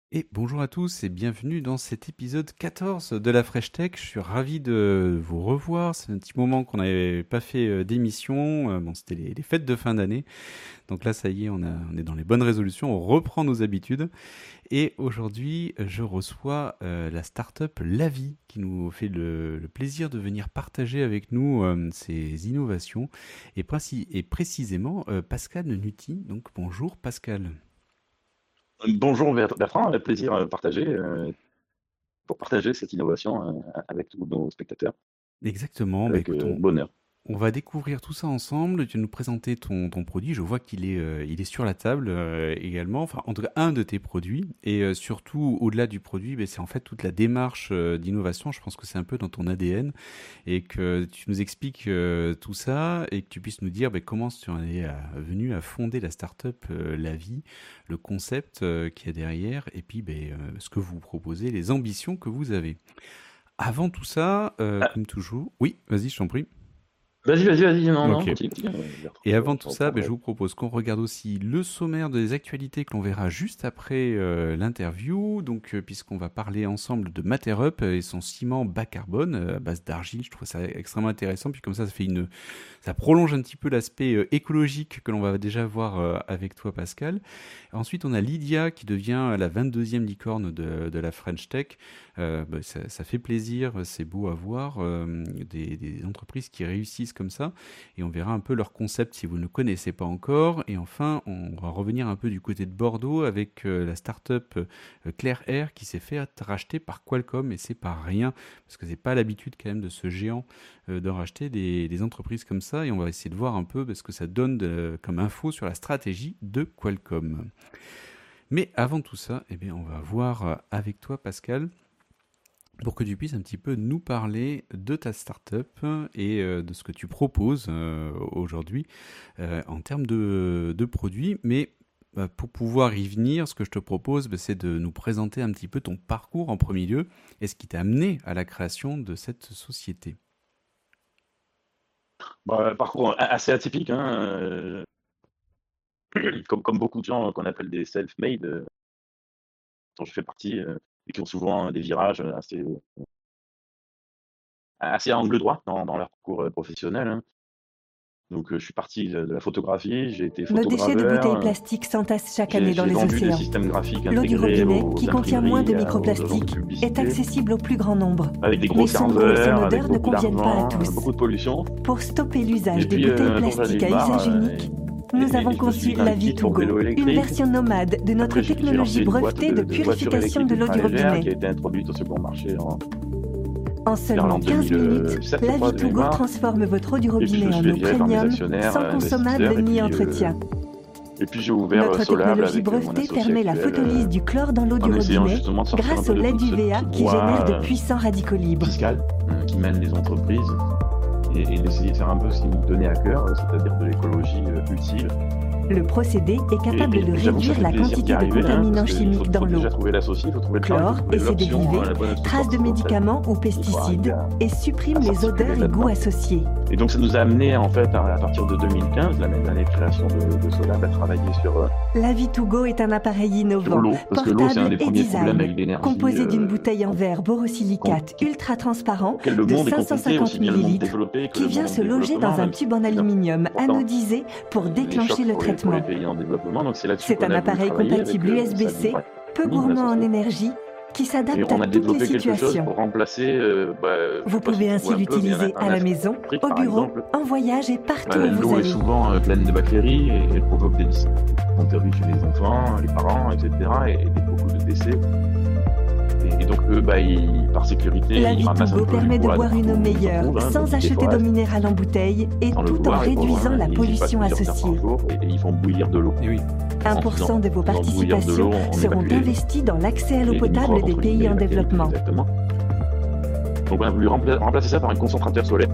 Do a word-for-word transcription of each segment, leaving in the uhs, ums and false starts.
Et bonjour à tous et bienvenue dans cet épisode quatorze de la Fresh Tech. Je suis ravi de vous revoir. C'est un petit moment qu'on n'avait pas fait euh, d'émission. Euh, Bon, c'était les, les fêtes de fin d'année. Donc là, ça y est, on, a- on est dans les bonnes résolutions. On reprend nos habitudes. Et aujourd'hui, euh, je reçois euh, la startup Lavi qui nous fait le, le plaisir de venir partager avec nous euh, ses innovations et, princi- et précisément euh, Pascal Nutti. Donc bonjour Pascal. Bonjour Ber- Bertrand, avec plaisir euh, partagé, euh, pour partager cette innovation euh, avec tous nos spectateurs, Exactement. Bah avec écoute, euh, on, bonheur. On va découvrir tout ça ensemble. Tu vas nous présenter ton, ton produit. Je vois qu'il est, euh, il est sur la table euh, également. Enfin, en tout cas, un de tes produits. Et euh, surtout, au-delà du produit, ben, c'est en fait toute la démarche euh, d'innovation. Je pense que c'est un peu dans ton A D N. Et que tu nous expliques euh, tout ça et que tu puisses nous dire ben, comment tu en es à- venu à fonder la startup euh, La Vie, le concept euh, qu'il y a derrière, et puis ben, euh, ce que vous proposez, les ambitions que vous avez. Avant tout ça, euh, Ah, comme toujours. Oui, vas-y, je t'en prie. vas-y, vas-y, vas-y, non, non, Ok. continue, continue, euh, Bertrand, Et je, avant je tout ça, ben, je reprendrai. vous propose qu'on regarde aussi le sommaire des actualités que l'on verra juste après euh, l'interview. Donc, euh, puisqu'on va parler ensemble de Materup et son ciment bas carbone euh, à base d'argile, je trouve ça extrêmement intéressant. Puis comme ça, ça fait une, ça prolonge un petit peu l'aspect euh, écologique que l'on va déjà voir euh, avec toi, Pascal. Ensuite, on a Lydia qui devient la vingt-deuxième licorne de, de la French Tech. Euh, bah, ça, ça fait plaisir, c'est beau à voir euh, des, des entreprises qui réussissent comme ça et on verra un peu leur concept si vous ne connaissez pas encore. Et enfin, on va revenir un peu du côté de Bordeaux avec euh, la start-up euh, Claire Air qui s'est fait racheter par Qualcomm et c'est pas rien parce que c'est pas l'habitude quand même de ce géant euh, de racheter des, des entreprises comme ça et on va essayer de voir un peu ce que ça donne de- comme info sur la stratégie de Qualcomm. Mais avant tout ça, eh bien, on va voir euh, avec toi Pascal pour que tu puisses un petit peu nous parler de ta startup et euh, de ce que tu proposes euh, aujourd'hui euh, en termes de, de produits. Mais bah, pour pouvoir y venir, ce que je te propose, bah, c'est de nous présenter un petit peu ton parcours en premier lieu et ce qui t'a amené à la création de cette société. Bah, parcours a- assez atypique, hein, euh, comme, comme beaucoup de gens qu'on appelle des self-made, euh, dont je fais partie, euh, et qui ont souvent des virages assez, assez à angle droit dans, dans leur parcours euh, professionnel, hein. Donc, euh, je suis parti de, de la photographie, j'ai été Nos déchets de photograveur, bouteilles euh, plastiques s'entassent chaque j'ai année dans j'ai les vendu des océans. systèmes graphiques L'eau du intégrés robinet, aux qui contient moins de imprimeries, euh, aux agences de microplastiques, est publicité, accessible au plus grand nombre. avec des gros Mais son goût et son serveurs, avec odeur ne beaucoup conviennent pas à d'argent, euh, tous. beaucoup de pollution. Pour stopper Et l'usage des puis, bouteilles euh, un jour, j'en ai plastiques eu à marre, usage euh, unique, et, nous et- avons et je me suis conçu mis dans la le kit pour vélo Vitugo, une électrique. version nomade de notre Après, j'ai j'ai lancé technologie une boîte brevetée de, de de voitures purification électriques de l'eau ultra du légères qui a robinet. été introduite sur le bon marché en, En vers seulement l'an quinze minutes, deux mille sept, je la crois, de Vitugo mémoire. transforme votre eau du Et puis, je me robinet suis en fait eau virer par mes premium, actionnaires, sans euh, consommable investisseurs. Et ni puis, euh, entretien. et puis j'ai ouvert euh, Notre Solable technologie avec euh, mon brevetée associé permet la actuel, euh, photolyse du chlore dans l'eau du en essayant robinet justement de sortir un grâce peu au de lait tout ce, d'U V A tout ce qui génère de droit euh, puissants radicaux libres. fiscal euh, qui mène les entreprises et, et d'essayer de faire un peu ce qui me tenait à cœur, euh, c'est-à-dire de l'écologie euh, utile. Le procédé est Et, capable et- de et j'avoue que ça réduire fait la plaisir d'y quantité de arriver, hein, contaminants parce qu'il faut, chimiques dans faut l'eau. déjà trouver l'associé, il faut trouver le temps, il faut Chlore trouver et ses l'option, dérivés euh, la bonne trace substance de en fait, médicaments ou qu'il faut pesticides arriver à, et à supprime les s'articuler odeurs et goûts là-dedans. associés. Et donc ça nous a amené en fait à, à partir de deux mille quinze, l'année l'année de création de, de Solab, à travailler sur, euh, La Vitugo est un appareil sur innovant, l'eau, parce que l'eau c'est un portable des et premiers problèmes design, avec l'énergie composé d'une euh, bouteille en verre qu'on- borosilicate qui- ultra transparent auquel le de monde est cinq cent confronté, aussi cinquante bien le monde millilitres développé que qui le vient monde en se loger développement, dans un même si tube en c'est plus aluminium important anodisé pour les déclencher chocs le pour les, pour les traitement. pays en développement. Donc c'est là-dessus C'est qu'on un a voulu appareil travailler avec compatible euh, U S B-C, Sabine peu Bruni, mon gourmand en associé. énergie, qui Et s'adapte on à a toutes les développé quelque chose situations. pour remplacer, euh, bah, je Vous sais pas si pouvez tu ainsi vois un peu, mais un, l'utiliser un à la acide maison, sulfurique, au par bureau, exemple. en voyage et partout Bah, où vous l'eau est allez. souvent euh, pleine de bactéries et elle provoque des dysenteries chez les enfants, les parents, et cetera. Et, et des- beaucoup de décès. Et, et donc, eux, bah, ils- par sécurité, La ils ramassent un Vitugo peu du permet de bois boire une eau où ils se meilleure, trouvent, hein, sans donc ils acheter d'eau déforestent minérale en bouteille, et sans le tout en vouloir et pour réduisant loin, la et ils y passent pollution plusieurs heures par associée. jour et, et ils font bouillir de l'eau. Et oui. un En pour faisant, cent de vos faisant bouillir de participations l'eau, on seront évacue les, investies dans l'accès à l'eau les, les potable microbes, des entre guillemets, pays les en bactéries plus développement. exactement. Donc on a voulu rempla- remplacer ça par un concentrateur solaire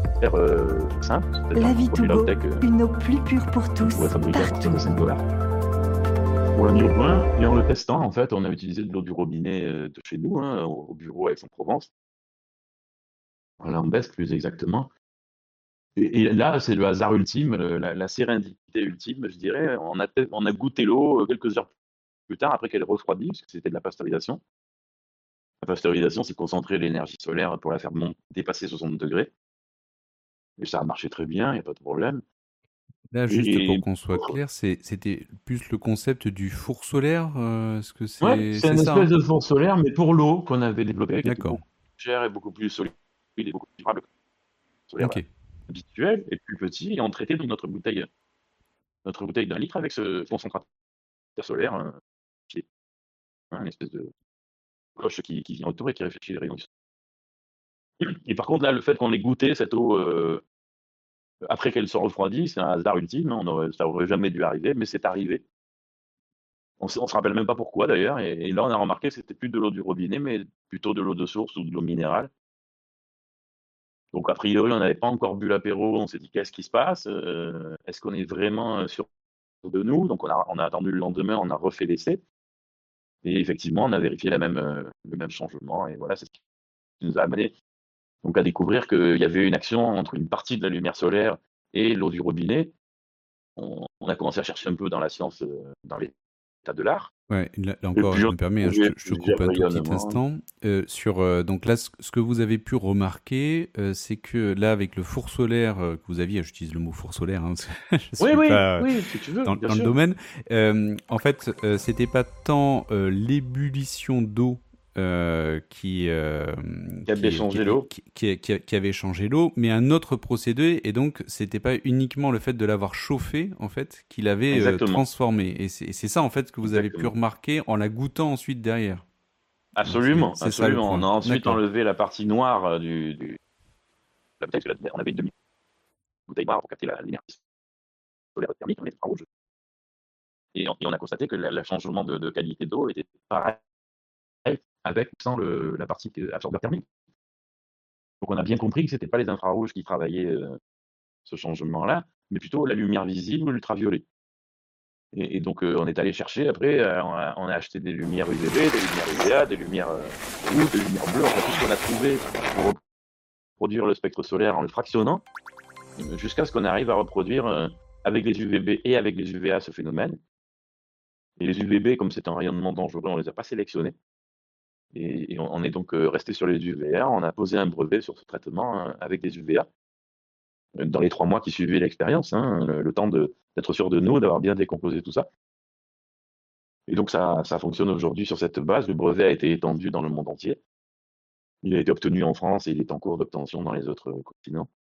euh, simple, c'est-à-dire La un produit Vitugo, low-tech euh, une eau plus pure pour qu'on tous, pourrait fabriquer à partir partout. de cinq dollars. On l'a mis au point et en le testant, en fait, on a utilisé de l'eau du robinet euh, de chez nous, hein, au au bureau à Aix-en-Provence, à Lambesc plus exactement. Et, et là, c'est le hasard ultime, le- la, la sérendipité ultime, je dirais. On a, te- on a goûté l'eau euh, quelques heures plus tard, après qu'elle refroidit, parce que c'était de la pasteurisation. La pasteurisation, c'est concentrer l'énergie solaire pour la faire mon dépasser soixante degrés. Et ça a marché très bien, il y a pas de problème. Là, juste pour Et qu'on soit clair, c'est c'était plus le concept du four solaire, heu, est-ce que ouais, c'est c'est c'est une ça, hein? espèce de four solaire, mais pour l'eau qu'on avait développé, qui était D'accord. beaucoup plus cher et beaucoup plus solide et beaucoup plus durable que le solaire OK. habituel et plus petit et on traitait donc notre bouteille notre bouteille d'un litre avec ce concentrateur solaire, heu, qui est hein, une espèce de cloche qui qui vient autour et qui réfléchit les rayons du soleil. Et par contre là, le fait qu'on ait goûté cette eau, heu, après qu'elle soit refroidie, c'est un hasard ultime, hein, on aurait ça aurait jamais dû arriver, mais c'est arrivé. On se on se rappelle même pas pourquoi d'ailleurs et et là on a remarqué que c'était plus de l'eau du robinet, mais plutôt de l'eau de source ou de l'eau minérale. Donc a priori, on n'avait pas encore bu l'apéro, on s'est dit: «Qu'est-ce qui se passe? Heu, est-ce qu'on est vraiment, heu, sûrs de nous?» donc on a on a attendu le lendemain, on a refait l'essai et effectivement, on a vérifié la même, heu, le même changement et voilà, c'est ce qui nous a amené donc à découvrir qu'il y avait une action entre une partie de la lumière solaire et l'eau du robinet. On on a commencé à chercher un peu dans la science, heu, dans l'état de l'art Ouais, là là et encore, puis je on me a permets, hein, je trouvé te je te coupe plusieurs un tout petit rayonnements. instant. Heu, sur, heu, donc là, ce ce que vous avez pu remarquer, heu, c'est que là, avec le four solaire, heu, que vous aviez, j'utilise le mot four solaire, hein, parce que je Oui, suis oui, pas oui, si tu veux, dans bien dans le sûr. domaine. Hem, en fait, heu, c'était pas tant, heu, l'ébullition d'eau, heu, qui, hem, Qui avait qui changé qui l'eau. qui qui qui qui avait changé l'eau, mais un autre procédé et donc c'était pas uniquement le fait de l'avoir chauffé, en fait, qui l'avait, heu, Exactement, transformée et c'est c'est ça, en fait, que vous avez pu exactement. remarquer en la goûtant ensuite derrière? Donc c'est Absolument, c'est ça le absolument. On point. a ensuite D'accord. enlevé la partie noire, heu, du du la bouteille, parce que là, on avait une demi bouteille noire pour capter la l'énergie solaire thermique, on était en rouge et on et on a constaté que la le changement de de qualité d'eau était pareil avec ou sans le la partie que absorbeur thermique. Donc on a bien compris que c'était pas les infrarouges qui travaillaient, heu, ce changement-là, mais plutôt la lumière visible ou l'ultraviolet et et donc heu, on est allé chercher après, heu, on a on a acheté des lumières U V B, des lumières U V A, des lumières, heu, rouges, des lumières bleues, enfin tout ce qu'on a trouvé pour reproduire le spectre solaire en le fractionnant, heu, jusqu'à ce qu'on arrive à reproduire, heu, avec les U V B et avec les U V A ce phénomène et les U V B comme c'est un rayonnement dangereux, on les a pas sélectionnés et et on on est donc, heu, resté sur les U V A. On a posé un brevet sur ce traitement, heu, avec des U V A, heu, dans les trois mois qui suivaient l'expérience, hein, le le temps de d'être sûr de nous, d'avoir bien décomposé tout ça et donc ça ça fonctionne aujourd'hui sur cette base. Le brevet a été étendu dans le monde entier. Il a été obtenu en France et il est en cours d'obtention dans les autres, heu, continents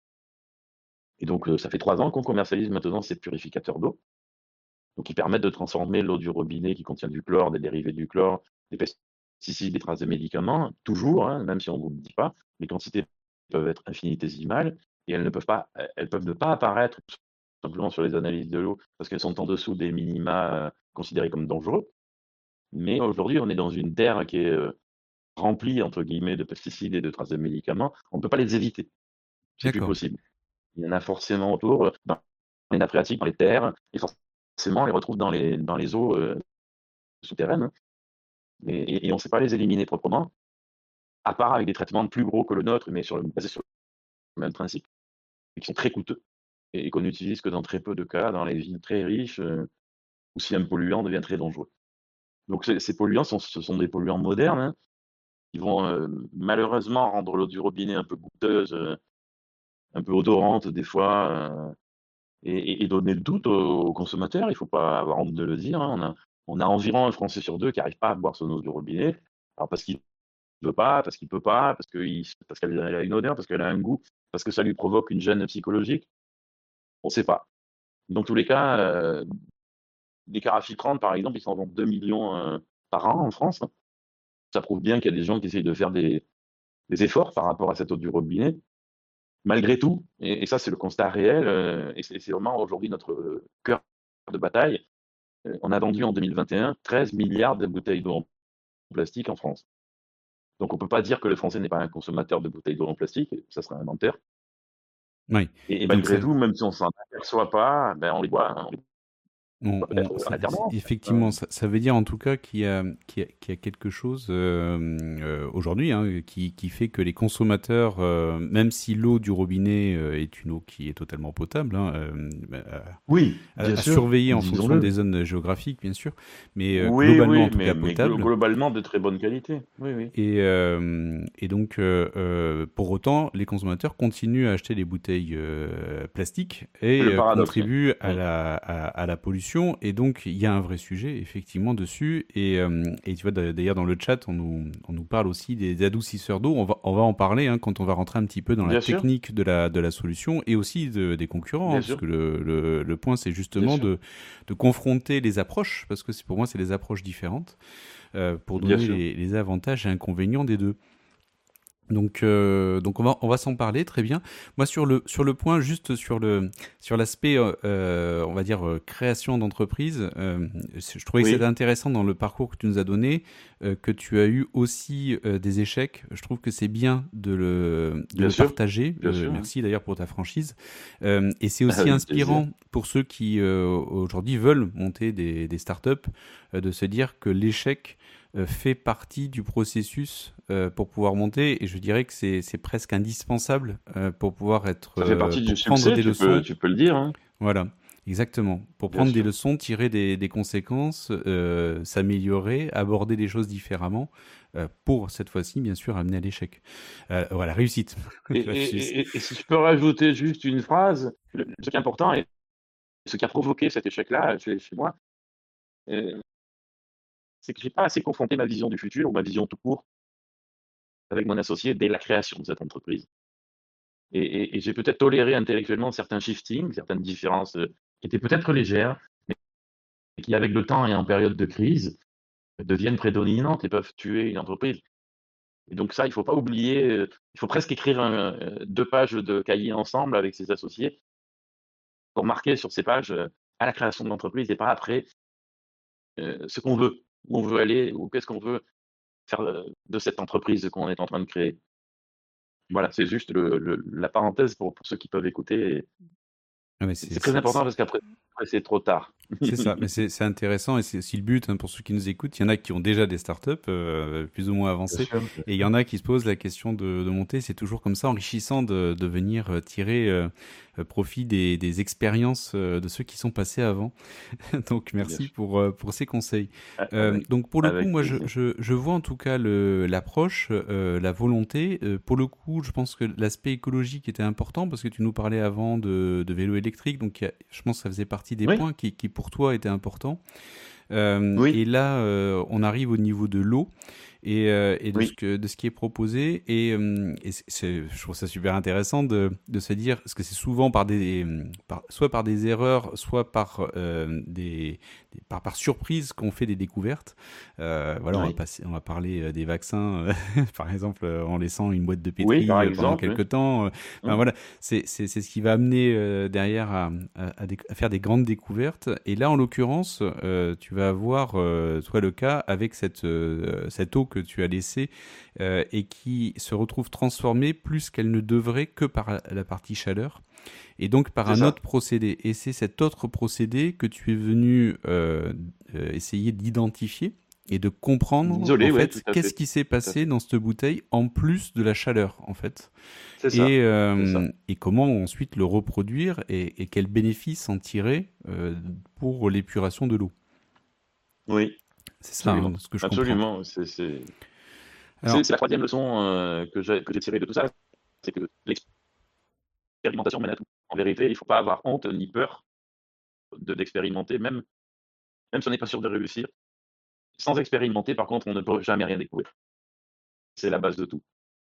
et donc heu, ça fait trois ans qu'on commercialise maintenant ces purificateurs d'eau. Donc, ils permettent de transformer l'eau du robinet qui contient du chlore, des dérivés du chlore, des pesticides, des traces de médicaments, toujours, hein, même si on ne vous le dit pas, les quantités peuvent être infinitésimales et elles ne peuvent pas, elles elles peuvent ne pas apparaître tout simplement sur les analyses de l'eau parce qu'elles sont en dessous des minima, heu, considérés comme dangereux. Mais aujourd'hui, on est dans une terre qui est, heu, remplie entre guillemets de pesticides et de traces de médicaments. On ne peut pas les éviter. C'est plus D'accord. possible. Il y en a forcément autour, heu, dans les nappes phréatiques, dans les terres et forcément on les retrouve dans les dans les eaux, heu, souterraines, hein et et et on ne sait pas les éliminer proprement, à part avec des traitements plus gros que le nôtre, mais sur le basés sur le même principe et qui sont très coûteux et qu'on n'utilise que dans très peu de cas, dans les villes très riches, heu, ou si un polluant devient très dangereux. Donc ces ces polluants sont ce sont des polluants modernes, hein, qui vont, heu, malheureusement rendre l'eau du robinet un peu goûteuse, heu, un peu odorante des fois, heu et et et donner le doute aux consommateurs. Il ne faut pas avoir honte de le dire, hein. On a on a environ un Français sur deux qui n'arrive pas à boire son eau du robinet. Alors parce qu'il veut pas, parce qu'il peut pas, parce qu'il parce qu'elle a une odeur, parce qu'elle a un goût, parce que ça lui provoque une gêne psychologique, on ne sait pas. Dans tous les cas, heu, les carafiltrantes, par exemple, ils s'en vendent deux millions heu, par an en France. Ça prouve bien qu'il y a des gens qui essayent de faire des des efforts par rapport à cette eau du robinet. Malgré tout, et et ça c'est le constat réel, heu et c'est c'est vraiment aujourd'hui notre, heu, cœur de bataille. Heu, on a vendu en deux mille vingt et un treize milliards de bouteilles d'eau en plastique en France. Donc on peut pas dire que le Français n'est pas un consommateur de bouteilles d'eau en plastique, ça serait un menteur. Oui. Et et Donc malgré c'est tout, même si on s'en aperçoit pas, ben on les boit, hein, on les On- peut-être on- en ça- alternance. effectivement, Euh, ça, ça veut dire en tout cas qu'il y a, qu'il y a, qu'il y a quelque chose euh, euh, aujourd'hui hein, qui, qui fait que les consommateurs, euh, même si l'eau du robinet euh, est une eau qui est totalement potable, hein, euh, euh, Oui, à, bien à sûr, surveiller en fonction disons-le. des zones géographiques, bien sûr, mais euh, Oui, globalement en oui, tout mais, cas mais glo- potable. globalement de très bonne qualité. Oui, oui. Et, euh, et donc, euh, euh, pour autant, les consommateurs continuent à acheter des bouteilles euh, plastiques et Le euh, paradoxe, oui. contribuent à Oui. la, à, à la pollution. Et donc, il y a un vrai sujet, effectivement, dessus. Et, euh, et tu vois, d'ailleurs, dans le chat, on nous, on nous parle aussi des adoucisseurs d'eau. On va, on va en parler hein, quand on va rentrer un petit peu dans la Bien sûr, technique de la, de la solution et aussi de- des concurrents. bien Hein, parce sûr, que le, le, le point, c'est bien justement sûr, de, de confronter les approches, parce que c'est- pour moi, c'est des approches différentes, euh, pour bien donner sûr. les, les avantages et inconvénients des deux. Donc, euh, donc on va, on va s'en parler très bien. Moi, sur le, sur le point, juste sur le, sur l'aspect, euh, euh, on va dire euh, création d'entreprise, euh, je trouvais que c'était Oui, intéressant dans le parcours que tu nous as donné, euh, que tu as eu aussi euh, des échecs. Je trouve que c'est bien de le, de bien le sûr, partager. bien Euh, sûr. Hein. merci d'ailleurs pour ta franchise. Euh, et c'est aussi Avec plaisir. inspirant pour ceux qui euh, aujourd'hui veulent monter des, des startups, euh, de se dire que l'échec euh, fait partie du processus euh, pour pouvoir monter, et je dirais que c'est c'est presque indispensable euh, pour pouvoir être Ça fait euh, partie du pour prendre succès, des tu peux, leçons. tu peux le dire. Hein. Voilà, exactement. Pour Bien prendre des sûr. leçons, tirer des, des conséquences, euh, s'améliorer, aborder les choses différemment, euh, pour cette fois-ci, bien sûr, amener à l'échec. Euh, voilà, réussite. Et, La et, fiche. et, et si je peux rajouter juste une phrase, le- ce qui est important et ce qui a provoqué cet échec-là chez, chez moi, euh, c'est que j'ai pas assez confronté ma vision du futur ou ma vision tout court avec mon associé dès la création de cette entreprise. Et, et- et j'ai peut-être toléré intellectuellement certains shiftings, certaines différences euh, qui étaient peut-être légères, et qui, avec le temps et en période de crise, deviennent prédominantes et peuvent tuer une entreprise. Et donc ça, il faut pas oublier, euh, il faut presque écrire un, euh, deux pages de cahier ensemble avec ses associés pour marquer sur ces pages euh, à la création de l'entreprise et pas après euh, ce qu'on veut, où on veut aller ou qu'est-ce qu'on veut faire euh, de cette entreprise qu'on est en train de créer. Voilà, c'est juste le, le- la parenthèse pour, pour ceux qui peuvent écouter. Et Ah, mais C'est c'est c'est très c'est- important parce qu'après, après, c'est trop tard. C'est ça, mais c'est c'est intéressant et c'est aussi le but hein, pour ceux qui nous écoutent. Il y en a qui ont déjà des startups euh, plus ou moins Bien avancées sûr. et il y en a qui se posent la question de, de monter. C'est toujours comme ça, enrichissant de, de venir euh, tirer euh, euh, profit des, des expériences euh, de ceux qui sont passés avant. Donc Bien merci sûr. pour, euh, pour ces conseils. A- Euh, Avec, donc pour le coup, avec moi je, plaisir. je, je vois en tout cas le- l'approche, euh, la volonté. Euh, pour le coup, je pense que l'aspect écologique était important parce que tu nous parlais avant de, de vélo électrique. Donc il y a- je pense que ça faisait partie des Oui, points qui, qui pour toi étaient importants. Euh, et oui, là, euh, on arrive au niveau de l'eau et, euh, et de, ce oui, que, de ce qui est proposé. Et, euh, et c'est- c'est- je trouve ça super intéressant de, de se dire, parce que c'est souvent par des, par, soit par des erreurs, soit par, euh, des, des- par, par surprise qu'on fait des découvertes. Euh, voilà, on va, oui. passer, on va parler euh, des vaccins, euh, par exemple, euh, en laissant une boîte de Oui, par pétri euh, pendant exemple, oui. quelques temps. Euh, Enfin, Hum, voilà, c'est c'est- c'est ce qui va amener euh, derrière à, à- à déc- à faire des grandes découvertes. Et là, en l'occurrence, euh, tu vas avoir, euh, toi, le cas avec cette, euh, cette eau que tu as laissée euh, et qui se retrouve transformée plus qu'elle ne devrait que par la partie chaleur et donc par C'est un autre ça, procédé. Et c'est cet autre procédé que tu es venu euh, euh, essayer d'identifier et de comprendre, en isolé, oui, tout fait, à qu'est-ce fait, qui s'est tout à passé fait. dans cette bouteille en plus de la chaleur, en fait. C'est Et, ça, c'est euh, ça. et comment ensuite le reproduire et, et quels bénéfices en tirer euh, pour l'épuration de l'eau. Oui, C'est ça, hein, absolument, ce que je comprends. absolument. C'est c'est- c'est- Alors, c'est la troisième leçon euh, que j'ai que j'ai tirée de tout ça, c'est que l'expérimentation mène à tout. En vérité, il ne faut pas avoir honte ni peur de d'expérimenter, même, même si on n'est pas sûr de réussir. Sans expérimenter, par contre, on ne peut jamais rien découvrir. C'est la base de tout.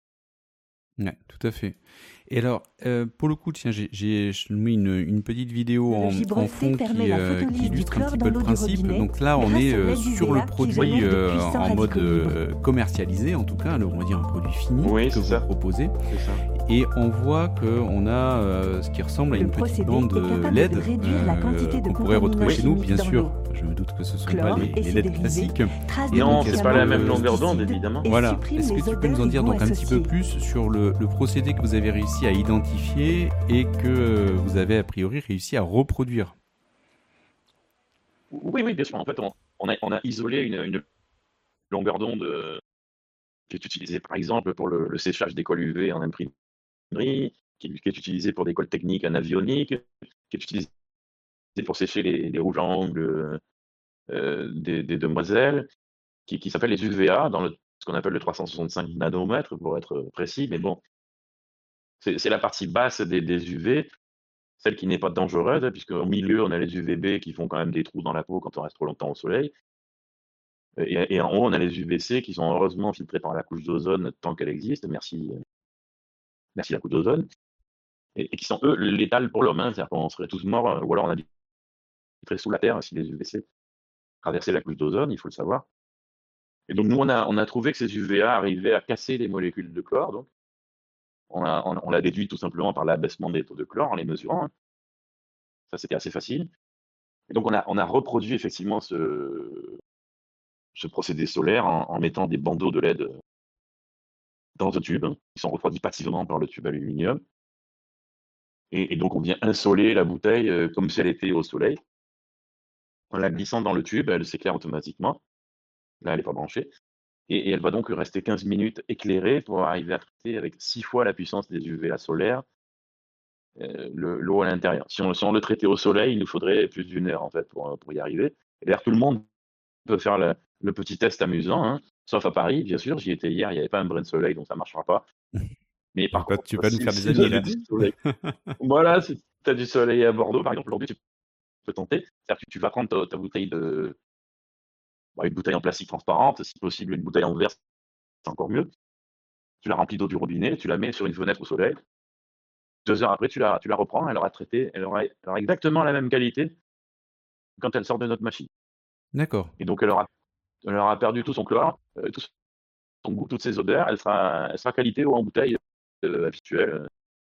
ouais, tout à fait. Et alors, euh, pour le coup, tiens, j'ai j'ai- je mis une, une petite vidéo Le en, logis en breveté fond permet qui, la euh, qui photolyse du illustre un chlore petit dans peu le l'eau du principe. robinet Donc là, on grâce est à euh, l'aide sur d'U V le A qui produit génère de euh, puissants en mode radicaux libres. euh, commercialisé, en tout cas, le- on va dire un produit fini Oui, que c'est vous ça, proposez. c'est ça. Et on voit qu'on a euh, ce qui ressemble à Le une petite procédé bande est capable L E D de réduire la quantité de qu'on pourrait retrouver contaminants chez nous. chimiques Bien dans sûr, l'eau. je me doute que ce ne sont pas Chlore les, et les ses L E D dérivés, classiques. traces de Non, c'est pas la médicaments, même longueur d'onde, pesticides évidemment. et Voilà. supprime Est-ce que les tu peux odeurs nous en et dire goûts donc un petit peu associés. plus sur le, le procédé que vous avez réussi à identifier et que euh, vous avez a priori réussi à reproduire? Oui, oui, bien sûr. En fait, on, on a, on a isolé une, une longueur d'onde euh, qui est utilisée, par exemple, pour le, le séchage des cols U V en imprimerie, qui, qui est utilisée pour des cols techniques en avionique, qui est utilisée pour sécher les, les rouges à ongles euh, des, des demoiselles, qui, qui s'appelle les U V A, dans le, ce qu'on appelle le trois cent soixante-cinq nanomètres, pour être précis. Mais bon, c'est c'est la partie basse des, des U V, celle qui n'est pas dangereuse, hein, puisque au milieu, on a les U V B qui font quand même des trous dans la peau quand on reste trop longtemps au soleil. Et, et en haut, on a les U V C qui sont heureusement filtrés par la couche d'ozone tant qu'elle existe. Merci, euh, merci la couche d'ozone. Et, et qui sont, eux, létales pour l'homme. Hein, c'est-à-dire qu'on serait tous morts, euh, ou alors on habiterait sous la Terre si les U V C traversaient la couche d'ozone, il faut le savoir. Et donc, nous, on a, on a trouvé que ces U V A arrivaient à casser les molécules de chlore. Donc, on l'a on, on l'a déduit tout simplement par l'abaissement des taux de chlore en les mesurant. Hein. Ça, c'était assez facile. Et donc, on a, on a reproduit effectivement ce, ce procédé solaire en, en mettant des bandeaux de L E D dans un tube, hein, qui sont refroidis passivement par le tube aluminium. Et, et donc, on vient insoler la bouteille euh, comme si elle était au soleil. En la glissant dans le tube, elle s'éclaire automatiquement. Là, elle n'est pas branchée. Et, et elle va donc rester quinze minutes éclairée pour arriver à traiter avec six fois la puissance des U V A solaires euh, le- l'eau à l'intérieur. Si on, si on le traitait au soleil, il nous faudrait plus d'une heure en fait pour, pour y arriver. Et d'ailleurs, tout le monde peut faire le, le petit test amusant, hein, sauf à Paris, bien sûr. J'y étais hier, il n'y avait pas un brin de soleil, donc ça ne marchera pas. Mais Tu vas par pas, contre, tu vas pas nous si, faire des si amis j'avais là. du soleil, voilà, si tu as du soleil à Bordeaux, par exemple, aujourd'hui, tu peux tenter. C'est-à-dire que tu vas prendre ta, ta bouteille de, bon, une bouteille en plastique transparente, si possible une bouteille en verre, c'est encore mieux. Tu la remplis d'eau du robinet, tu la mets sur une fenêtre au soleil. Deux heures après, tu la, tu la reprends, elle aura traité, elle aura, elle aura exactement la même qualité quand elle sort de notre machine. D'accord. Et donc, elle aura, elle aura perdu tout son chlore, euh, tout son goût, toutes ses odeurs. Elle sera, elle sera qualité eau en bouteille euh, habituelle, euh,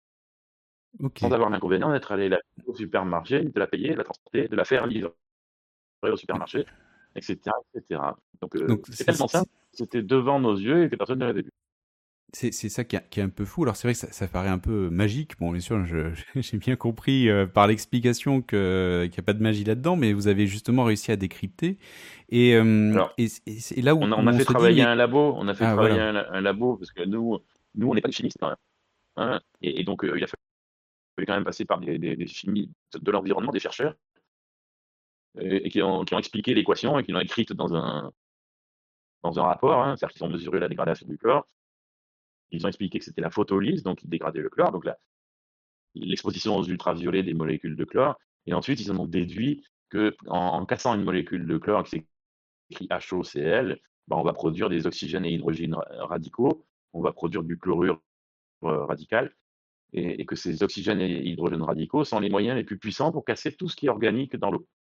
Ok. sans avoir l'inconvénient d'être allé la au supermarché, de la payer, de la transporter, de la faire livrer au supermarché, et cetera, et cetera. Donc, euh, Donc c'est c'est tellement c'est- simple, c'était devant nos yeux et que personne ne l'avait vu. c'est- c'est ça qui est, qui est un peu fou. Alors c'est vrai que ça, ça paraît un peu magique. Bon, bien sûr, je- j'ai bien compris euh, par l'explication que- qu'il n'y a pas de magie là-dedans, mais vous avez justement réussi à décrypter. Et, euh, Alors, et, et c'est là où, on a, où on a on fait se dit, travailler mais... un labo, on a fait Ah travailler voilà. un, un labo, parce que nous, nous on n'est pas des chimistes quand même. Hein, et, et donc, euh, il a fallu quand même passer par des, des, des chimies de l'environnement, des chercheurs, et, et qui, ont, qui ont expliqué l'équation et qui l'ont écrite dans un, dans un rapport, hein, c'est-à-dire qu'ils ont mesuré la dégradation du chlore. Ils ont expliqué que c'était la photolyse, donc ils dégradaient le chlore, donc la- l'exposition aux ultraviolets des molécules de chlore. Et ensuite, ils en ont déduit que en, en cassant une molécule de chlore qui s'écrit H O C L, ben, on va produire des oxygènes et hydrogènes radicaux, on va produire du chlorure euh, radical, et, et que ces oxygènes et hydrogènes radicaux sont les moyens les plus puissants pour casser tout ce qui est organique dans l'eau.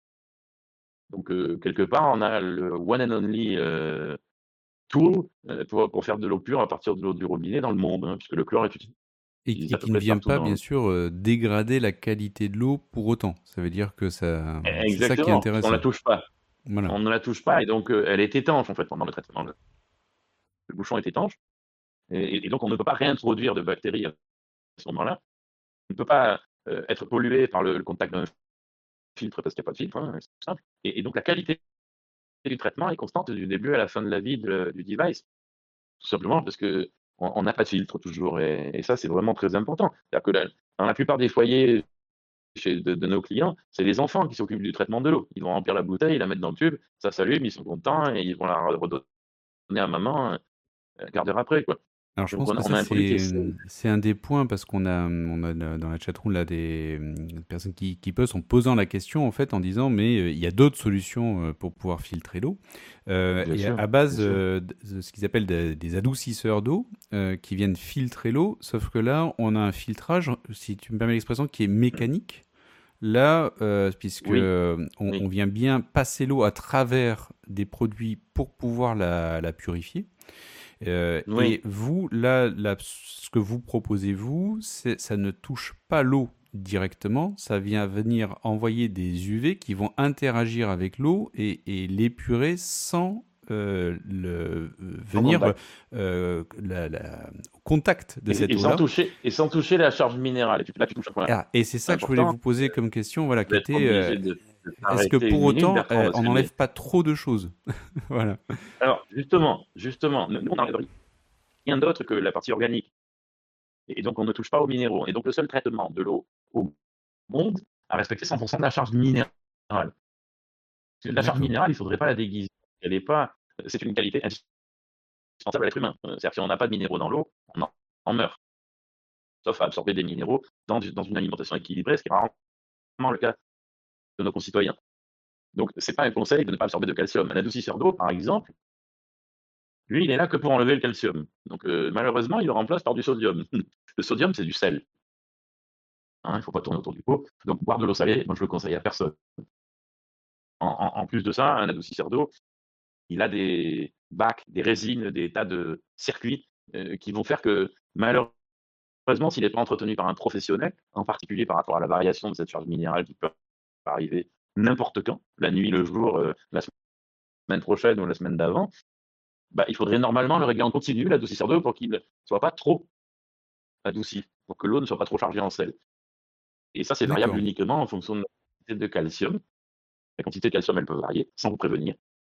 Donc, euh, quelque part, on a le one and only euh, tool euh, pour, pour faire de l'eau pure à partir de l'eau du robinet dans le monde, hein, puisque le chlore est Et, utilisé et à peu qui ne près vient partout pas, dans bien le sûr, euh, dégrader la qualité de l'eau pour autant. Ça veut dire que ça, c'est ça qui est Exactement, parce qu'on ne la intéressant. touche pas. Voilà. On ne la touche pas, et donc euh, elle est étanche en fait pendant le traitement. Le, le bouchon est étanche, et, et donc on ne peut pas réintroduire de bactéries à ce moment-là. On ne peut pas euh, être pollué par le, le contact d'un filtre parce qu'il n'y a pas de filtre, hein, c'est tout simple. Et, et donc la qualité du traitement est constante du début à la fin de la vie de- du device. Tout simplement parce que on on n'a pas de filtre toujours, et, et ça c'est vraiment très important. C'est-à-dire que la- dans la plupart des foyers chez, de, de nos clients, c'est les enfants qui s'occupent du traitement de l'eau. Ils vont remplir la bouteille, la mettre dans le tube, ça s'allume, ils sont contents et ils vont la redonner à maman euh, quart d'heure après, quoi. Alors je Donc pense on que a, on ça a un produit qui est c'est safe. c'est un des points parce qu'on a on a dans la chatroom là des des personnes qui qui posent en posant la question en fait en disant mais euh, il y a d'autres solutions euh, pour pouvoir filtrer l'eau. Euh, Bien et à sûr, à base bien sûr. euh, de ce qu'ils appellent des, des adoucisseurs d'eau euh, qui viennent filtrer l'eau, sauf que là on a un filtrage, si tu me permets l'expression, qui est mécanique. Là, euh, puisque Oui, euh, on, oui, on vient bien passer l'eau à travers des produits pour pouvoir la, la purifier. Euh, et oui. vous, là, là, ce que vous proposez, vous, c'est, ça ne touche pas l'eau directement, ça vient venir envoyer des U V qui vont interagir avec l'eau et, et l'épurer sans euh, le, Sans venir contact. euh, la- la- au contact de Et, cette et sans eau-là. toucher, et sans toucher la charge minérale. Et tu- là, tu touches un point Ah, et c'est ça que je voulais important. vous poser comme question, voilà, qui D'être était, euh, obligé de. est-ce que arrêter pour une minute, autant, Bertrand, euh, parce on que n'enlève les- pas trop de choses? Voilà. Alors, justement, justement, nous, on n'enlève rien d'autre que la partie organique. Et donc, on ne touche pas aux minéraux. Et donc, le seul traitement de l'eau au monde a respecté cent pour cent de la charge minérale. Parce que la charge D'accord. minérale, il ne faudrait pas la déguiser. Elle est pas, c'est une qualité indispensable à l'être humain. Euh, C'est-à-dire que si on n'a pas de minéraux dans l'eau, on en, en meurt. Sauf à absorber des minéraux dans, du- dans une alimentation équilibrée, ce qui est rarement le cas de nos concitoyens. Donc, c'est pas un conseil de ne pas absorber de calcium. Un adoucisseur d'eau, par exemple, lui, il est là que pour enlever le calcium. Donc, euh, malheureusement, il le remplace par du sodium. Le sodium, c'est du sel. Hein, il ne faut pas tourner autour du pot. Donc, boire de l'eau salée, moi, je le conseille à personne. En, en- en plus de ça, un adoucisseur d'eau, il a des bacs, des résines, des tas de circuits euh, qui vont faire que, malheureusement, s'il n'est pas entretenu par un professionnel, en particulier par rapport à la variation de cette charge minérale qui peut arriver n'importe quand, la nuit, le jour, euh, la semaine prochaine ou la semaine d'avant, bah, il faudrait normalement le régler en continu, l'adoucisseur d'eau, pour qu'il ne soit pas trop adouci, pour que l'eau ne soit pas trop chargée en sel. Et ça, c'est variable D'accord. uniquement en fonction de la quantité de calcium. La quantité de calcium, elle peut varier sans vous prévenir.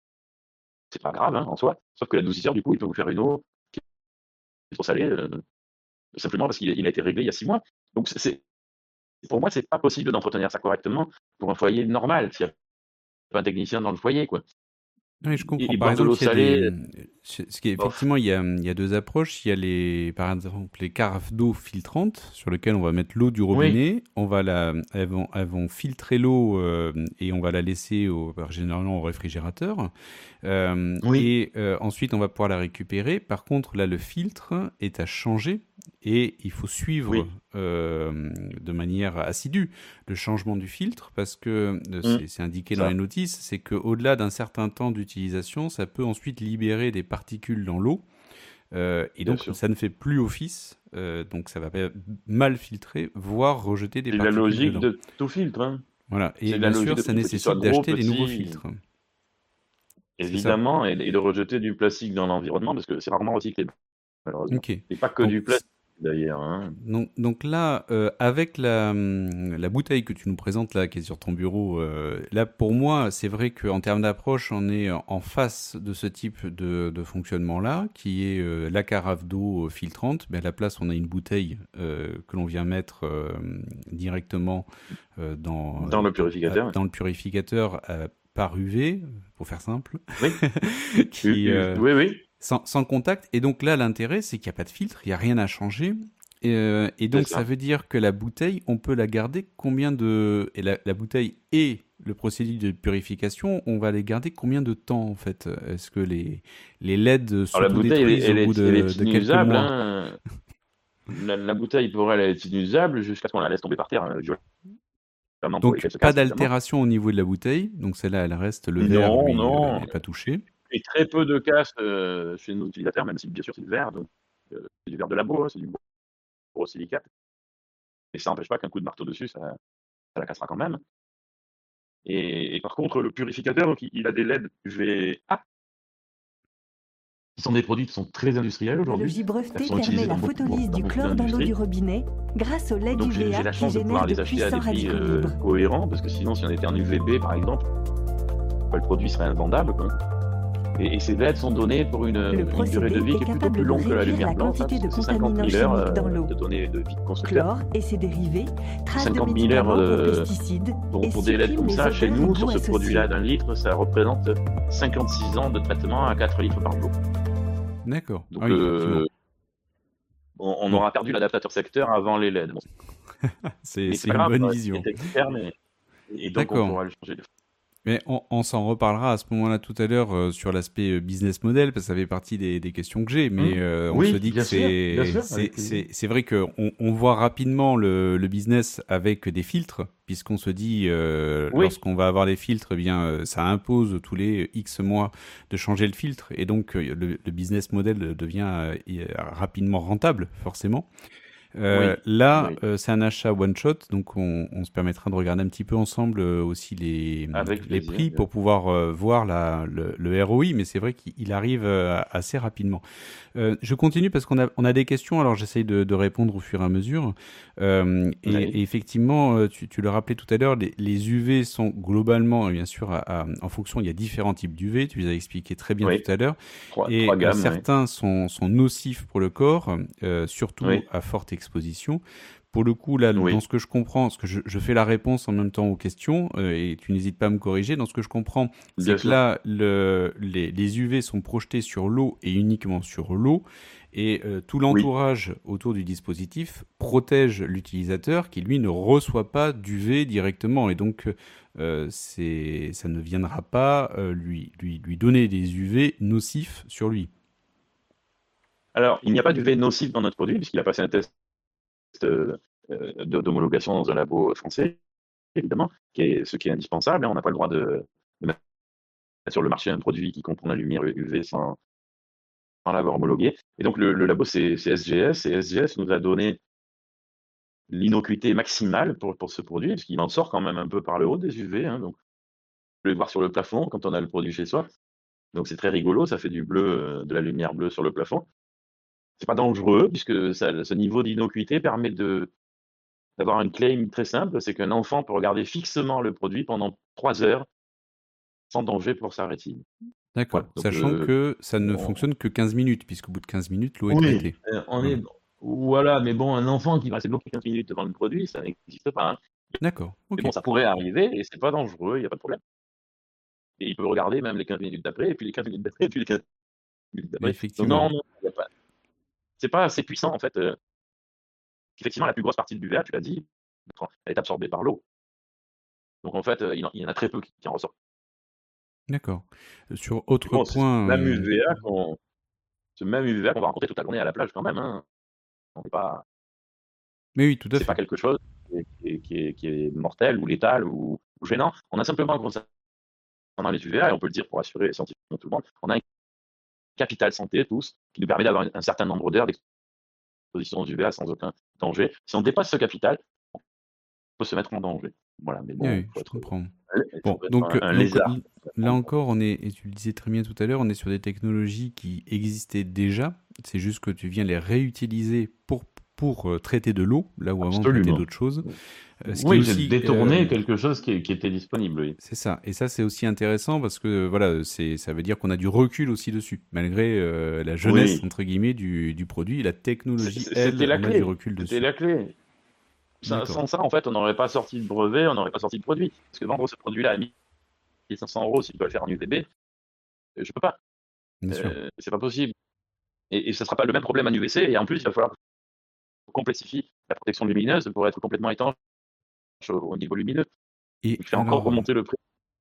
C'est pas grave hein, en soi. Sauf que l'adoucisseur, du coup, il peut vous faire une eau qui est trop salée, euh, simplement parce qu'il a, il a été réglé il y a six mois. Donc, c'est, c'est- pour moi, c'est pas possible d'entretenir ça correctement pour un foyer normal, s'il n'y a pas un technicien dans le foyer, quoi. Oui, je Et, comprends. et Par boire de exemple, l'eau il y a des, salée, hum, ce ce qui est, bof. effectivement, il y a, hum, il y a deux approches. Il y a les, par exemple, les carafes d'eau filtrantes sur lesquelles on va mettre l'eau du Oui, robinet. On va la, elles vont, elles vont filtrer l'eau euh, et on va la laisser au, bah, généralement au réfrigérateur. Euh, oui, et euh, ensuite, on va pouvoir la récupérer. Par contre, là, le filtre est à changer et il faut suivre oui. euh, de manière assidue le changement du filtre parce que euh, Hum, c'est c'est indiqué dans les ça, notices, c'est qu'au-delà d'un certain temps d'utilisation, ça peut ensuite libérer des particules dans l'eau euh, et bien donc sûr. ça ne fait plus office, euh, donc ça va pas- mal filtrer, voire rejeter des C'est la particules logique dedans. de tout filtre. Hein. Voilà, C'est et la bien logique sûr, de ça tout, qu'il soit nécessite gros, d'acheter des nouveaux petit, filtres. C'est ça. évidemment, et, et de rejeter du plastique dans l'environnement parce que c'est rarement recyclé, malheureusement. Ok. Et pas que Donc, du plastique d'ailleurs. Hein. Donc, donc là, euh, avec la, hum, la bouteille que tu nous présentes là, qui est sur ton bureau, euh, là pour moi, c'est vrai qu'en termes d'approche, on est en face de ce type de, de fonctionnement-là, qui est euh, la carafe d'eau filtrante. Mais à la place, on a une bouteille euh, que l'on vient mettre euh, directement euh, dans, Dans le à- purificateur. dans le purificateur euh, par U V, pour faire simple, Oui, qui, U- U- euh, oui, oui, sans, sans contact. Et donc là, l'intérêt, c'est qu'il n'y a pas de filtre, il n'y a rien à changer. Et, euh, et c'est donc, ça ça. veut dire que la bouteille, on peut la garder combien de... Et la, la bouteille et le procédé de purification, on va les garder combien de temps, en fait? Est-ce que les, les L E D Alors la bouteille, elle est, s'autodétruisent elle au bout est, elle de, est de quelques inusable. mois? Hein. La, la bouteille, pour elle, elle est inusable jusqu'à ce qu'on la laisse tomber par terre, euh, violemment, pour Donc, qu'elle se pas casse, évidemment. d'altération au niveau de la bouteille. Donc, celle-là, elle reste, le verre, Non, lui, euh, non. n'est pas touché. Et très peu de casse euh, chez nos utilisateurs, même si bien sûr c'est du verre, donc euh, c'est du verre de labo, hein, c'est du borosilicate. Et ça n'empêche pas qu'un coup de marteau dessus, ça, ça la cassera quand même. Et, et par contre, le purificateur, donc, il, il a des L E D U V A, qui sont des produits qui sont très industriels Le aujourd'hui. logis breveté Elles sont permet utilisées la dans beaucoup, photolyse dans du beaucoup chlore dans l'eau d'industries. du robinet grâce au L E D Donc j'ai j'ai U V A la qui chance de pouvoir génère de les acheter à puissants des prix radicaux euh, libres. cohérents, parce que sinon, si on était en U V B, par exemple, bah, le produit serait invendable, quoi. Et, et ces L E D sont donnés pour une, Le une durée procédé de vie est qui est plutôt capable plus de longue que la réduire lumière la blanche, hein, quantité parce de que c'est cinquante contaminants mille heures chimiques dans euh, l'eau. de données de vie de constructeur. Chlore et ses dérivés, traces de cinquante mille heures médicaments ou euh, pesticides pour, et pour des L E D supprime comme les ça, chez odeurs et nous, goûts sur ce associés. produit-là d'un litre, ça représente cinquante-six ans de traitement à quatre litres par jour. D'accord. Donc Ah oui, effectivement. euh, on, on Bon, aura perdu l'adaptateur secteur avant les L E D. Bon, c'est mais c'est c'est pas une grave, bonne on vision. est externe et, et donc on D'accord. pourra le changer. Mais on, on s'en reparlera à ce moment-là tout à l'heure euh, sur l'aspect euh, business model, parce que ça fait partie des, des questions que j'ai, mais Hum. euh, on Oui, se dit que bien sûr, bien c'est sûr, c'est avec plaisir. c'est c'est vrai qu'on on voit rapidement le, le business avec des filtres, puisqu'on se dit, euh, Oui, lorsqu'on va avoir les filtres, eh bien, euh, ça impose tous les X mois de changer le filtre, et donc euh, le, le business model devient euh, rapidement rentable, forcément. Euh, Oui, là, oui, euh, c'est un achat one shot, donc on, on se permettra de regarder un petit peu ensemble euh, aussi les, avec les plaisir. prix pour pouvoir euh, voir la, le, le R O I, mais c'est vrai qu'il arrive euh, assez rapidement. Euh, je continue parce qu'on a, on a des questions, alors j'essaye de, de répondre au fur et à mesure. Euh, et, Oui, et effectivement, euh, tu, tu le rappelais tout à l'heure, les, les U V sont globalement, bien sûr, à- à- en fonction, il y a différents types d'U V, tu les as expliqué très bien oui, tout à l'heure, trois, trois et euh, gammes, oui. certains sont, sont nocifs pour le corps, euh, surtout Oui, à forte exposition. Pour le coup, là, dans oui, ce que je comprends, parce que je, je fais la réponse en même temps aux questions, euh, et tu n'hésites pas à me corriger, dans ce que je comprends, c'est bien que sûr. là, le, les, les U V sont projetés sur l'eau et uniquement sur l'eau, et euh, tout Oui. l'entourage autour du dispositif protège l'utilisateur qui, lui, ne reçoit pas d'U V directement, et donc euh, c'est, ça ne viendra pas euh, lui, lui, lui donner des U V nocifs sur lui. Alors, il n'y a pas d'U V nocif dans notre produit, puisqu'il a passé un test euh, euh, de- d'homologation dans un labo français, évidemment, qui est, ce qui est indispensable. Hein. On n'a pas le droit de, de mettre sur le marché un produit qui comprend la lumière U V sans, sans l'avoir homologué. Et donc, le, le labo, c'est c'est S G S, et S G S nous a donné l'innocuité maximale pour, pour ce produit, puisqu'il en sort quand même un peu par le haut des U V. Hein. Donc, on peut le voir sur le plafond quand on a le produit chez soi. Donc, c'est très rigolo, ça fait du bleu, euh, de la lumière bleue sur le plafond. C'est pas dangereux, puisque ça, ce niveau d'innocuité permet de d'avoir une claim très simple, c'est qu'un enfant peut regarder fixement le produit pendant trois heures sans danger pour sa rétine. D'accord. Voilà. Donc, Sachant euh, que ça ne on- fonctionne que quinze minutes, puisqu'au bout de quinze minutes, l'eau est oui, traitée. euh, on Voilà. est voilà, mais bon, un enfant qui va rester bloqué quinze minutes devant le produit, ça n'existe pas. Hein. D'accord. Mais Ok. bon, ça pourrait arriver et c'est pas dangereux, il n'y a pas de problème. Et il peut regarder même les quinze minutes d'après, et puis les quinze minutes d'après, et puis les quinze minutes Mais d'après. Donc non, effectivement. non, il y a pas. C'est pas assez puissant en fait. Euh, effectivement, la plus grosse partie du V A, tu l'as dit, elle est absorbée par l'eau. Donc en fait, euh, il, en, il y en a très peu qui, qui en ressortent. D'accord. Euh, Sur Mais autre bon, c'est ce point, même euh, U V A qu'on ce même U V A qu'on va rencontrer toute la journée à la plage quand même. Hein. On n'est pas, mais oui, tout à c'est pas fait. quelque chose qui est, qui est, qui est mortel ou létal ou, ou gênant. On a simplement concernant les U V A, et on peut le dire pour assurer scientifiquement tout le monde, on a un capital santé tous qui nous permet d'avoir un certain nombre d'heures d'exposition aux U V A sans aucun danger. Si on dépasse ce capital, on peut se mettre en danger. Voilà, mais Oui, bon, oui, il faut je être, comprends. il Bon, faut être donc, un, euh, un donc lézard. l- là encore, on est, et tu le disais très bien tout à l'heure, on est sur des technologies qui existaient déjà. C'est juste que tu viens les réutiliser pour, pour euh, traiter de l'eau, là où avant on traitait Absolument. d'autres choses. Euh, ce qui est Oui, j'ai aussi, détourné euh, quelque chose qui, qui était disponible, oui. c'est ça. Et ça, c'est aussi intéressant parce que euh, voilà, c'est, ça veut dire qu'on a du recul aussi dessus, malgré euh, la jeunesse Oui, entre guillemets du, du produit. La C'est- technologie, c'est- c'était elle, la on a du clé. recul C'était dessus. la clé. Sans, D'accord. sans ça, en fait, on n'aurait pas sorti de brevet, on n'aurait pas sorti de produit. Parce que vendre ce produit-là à mille cinq cents euros, si tu dois le faire en U V B, euh, je peux pas. Bien sûr. Euh, c'est pas possible. Et, et ça sera pas le même problème en U V C. Et en plus, il va falloir qu'on complexifie la protection lumineuse pour être complètement étanche au, au niveau lumineux. Et Il fait encore alors, remonter le prix.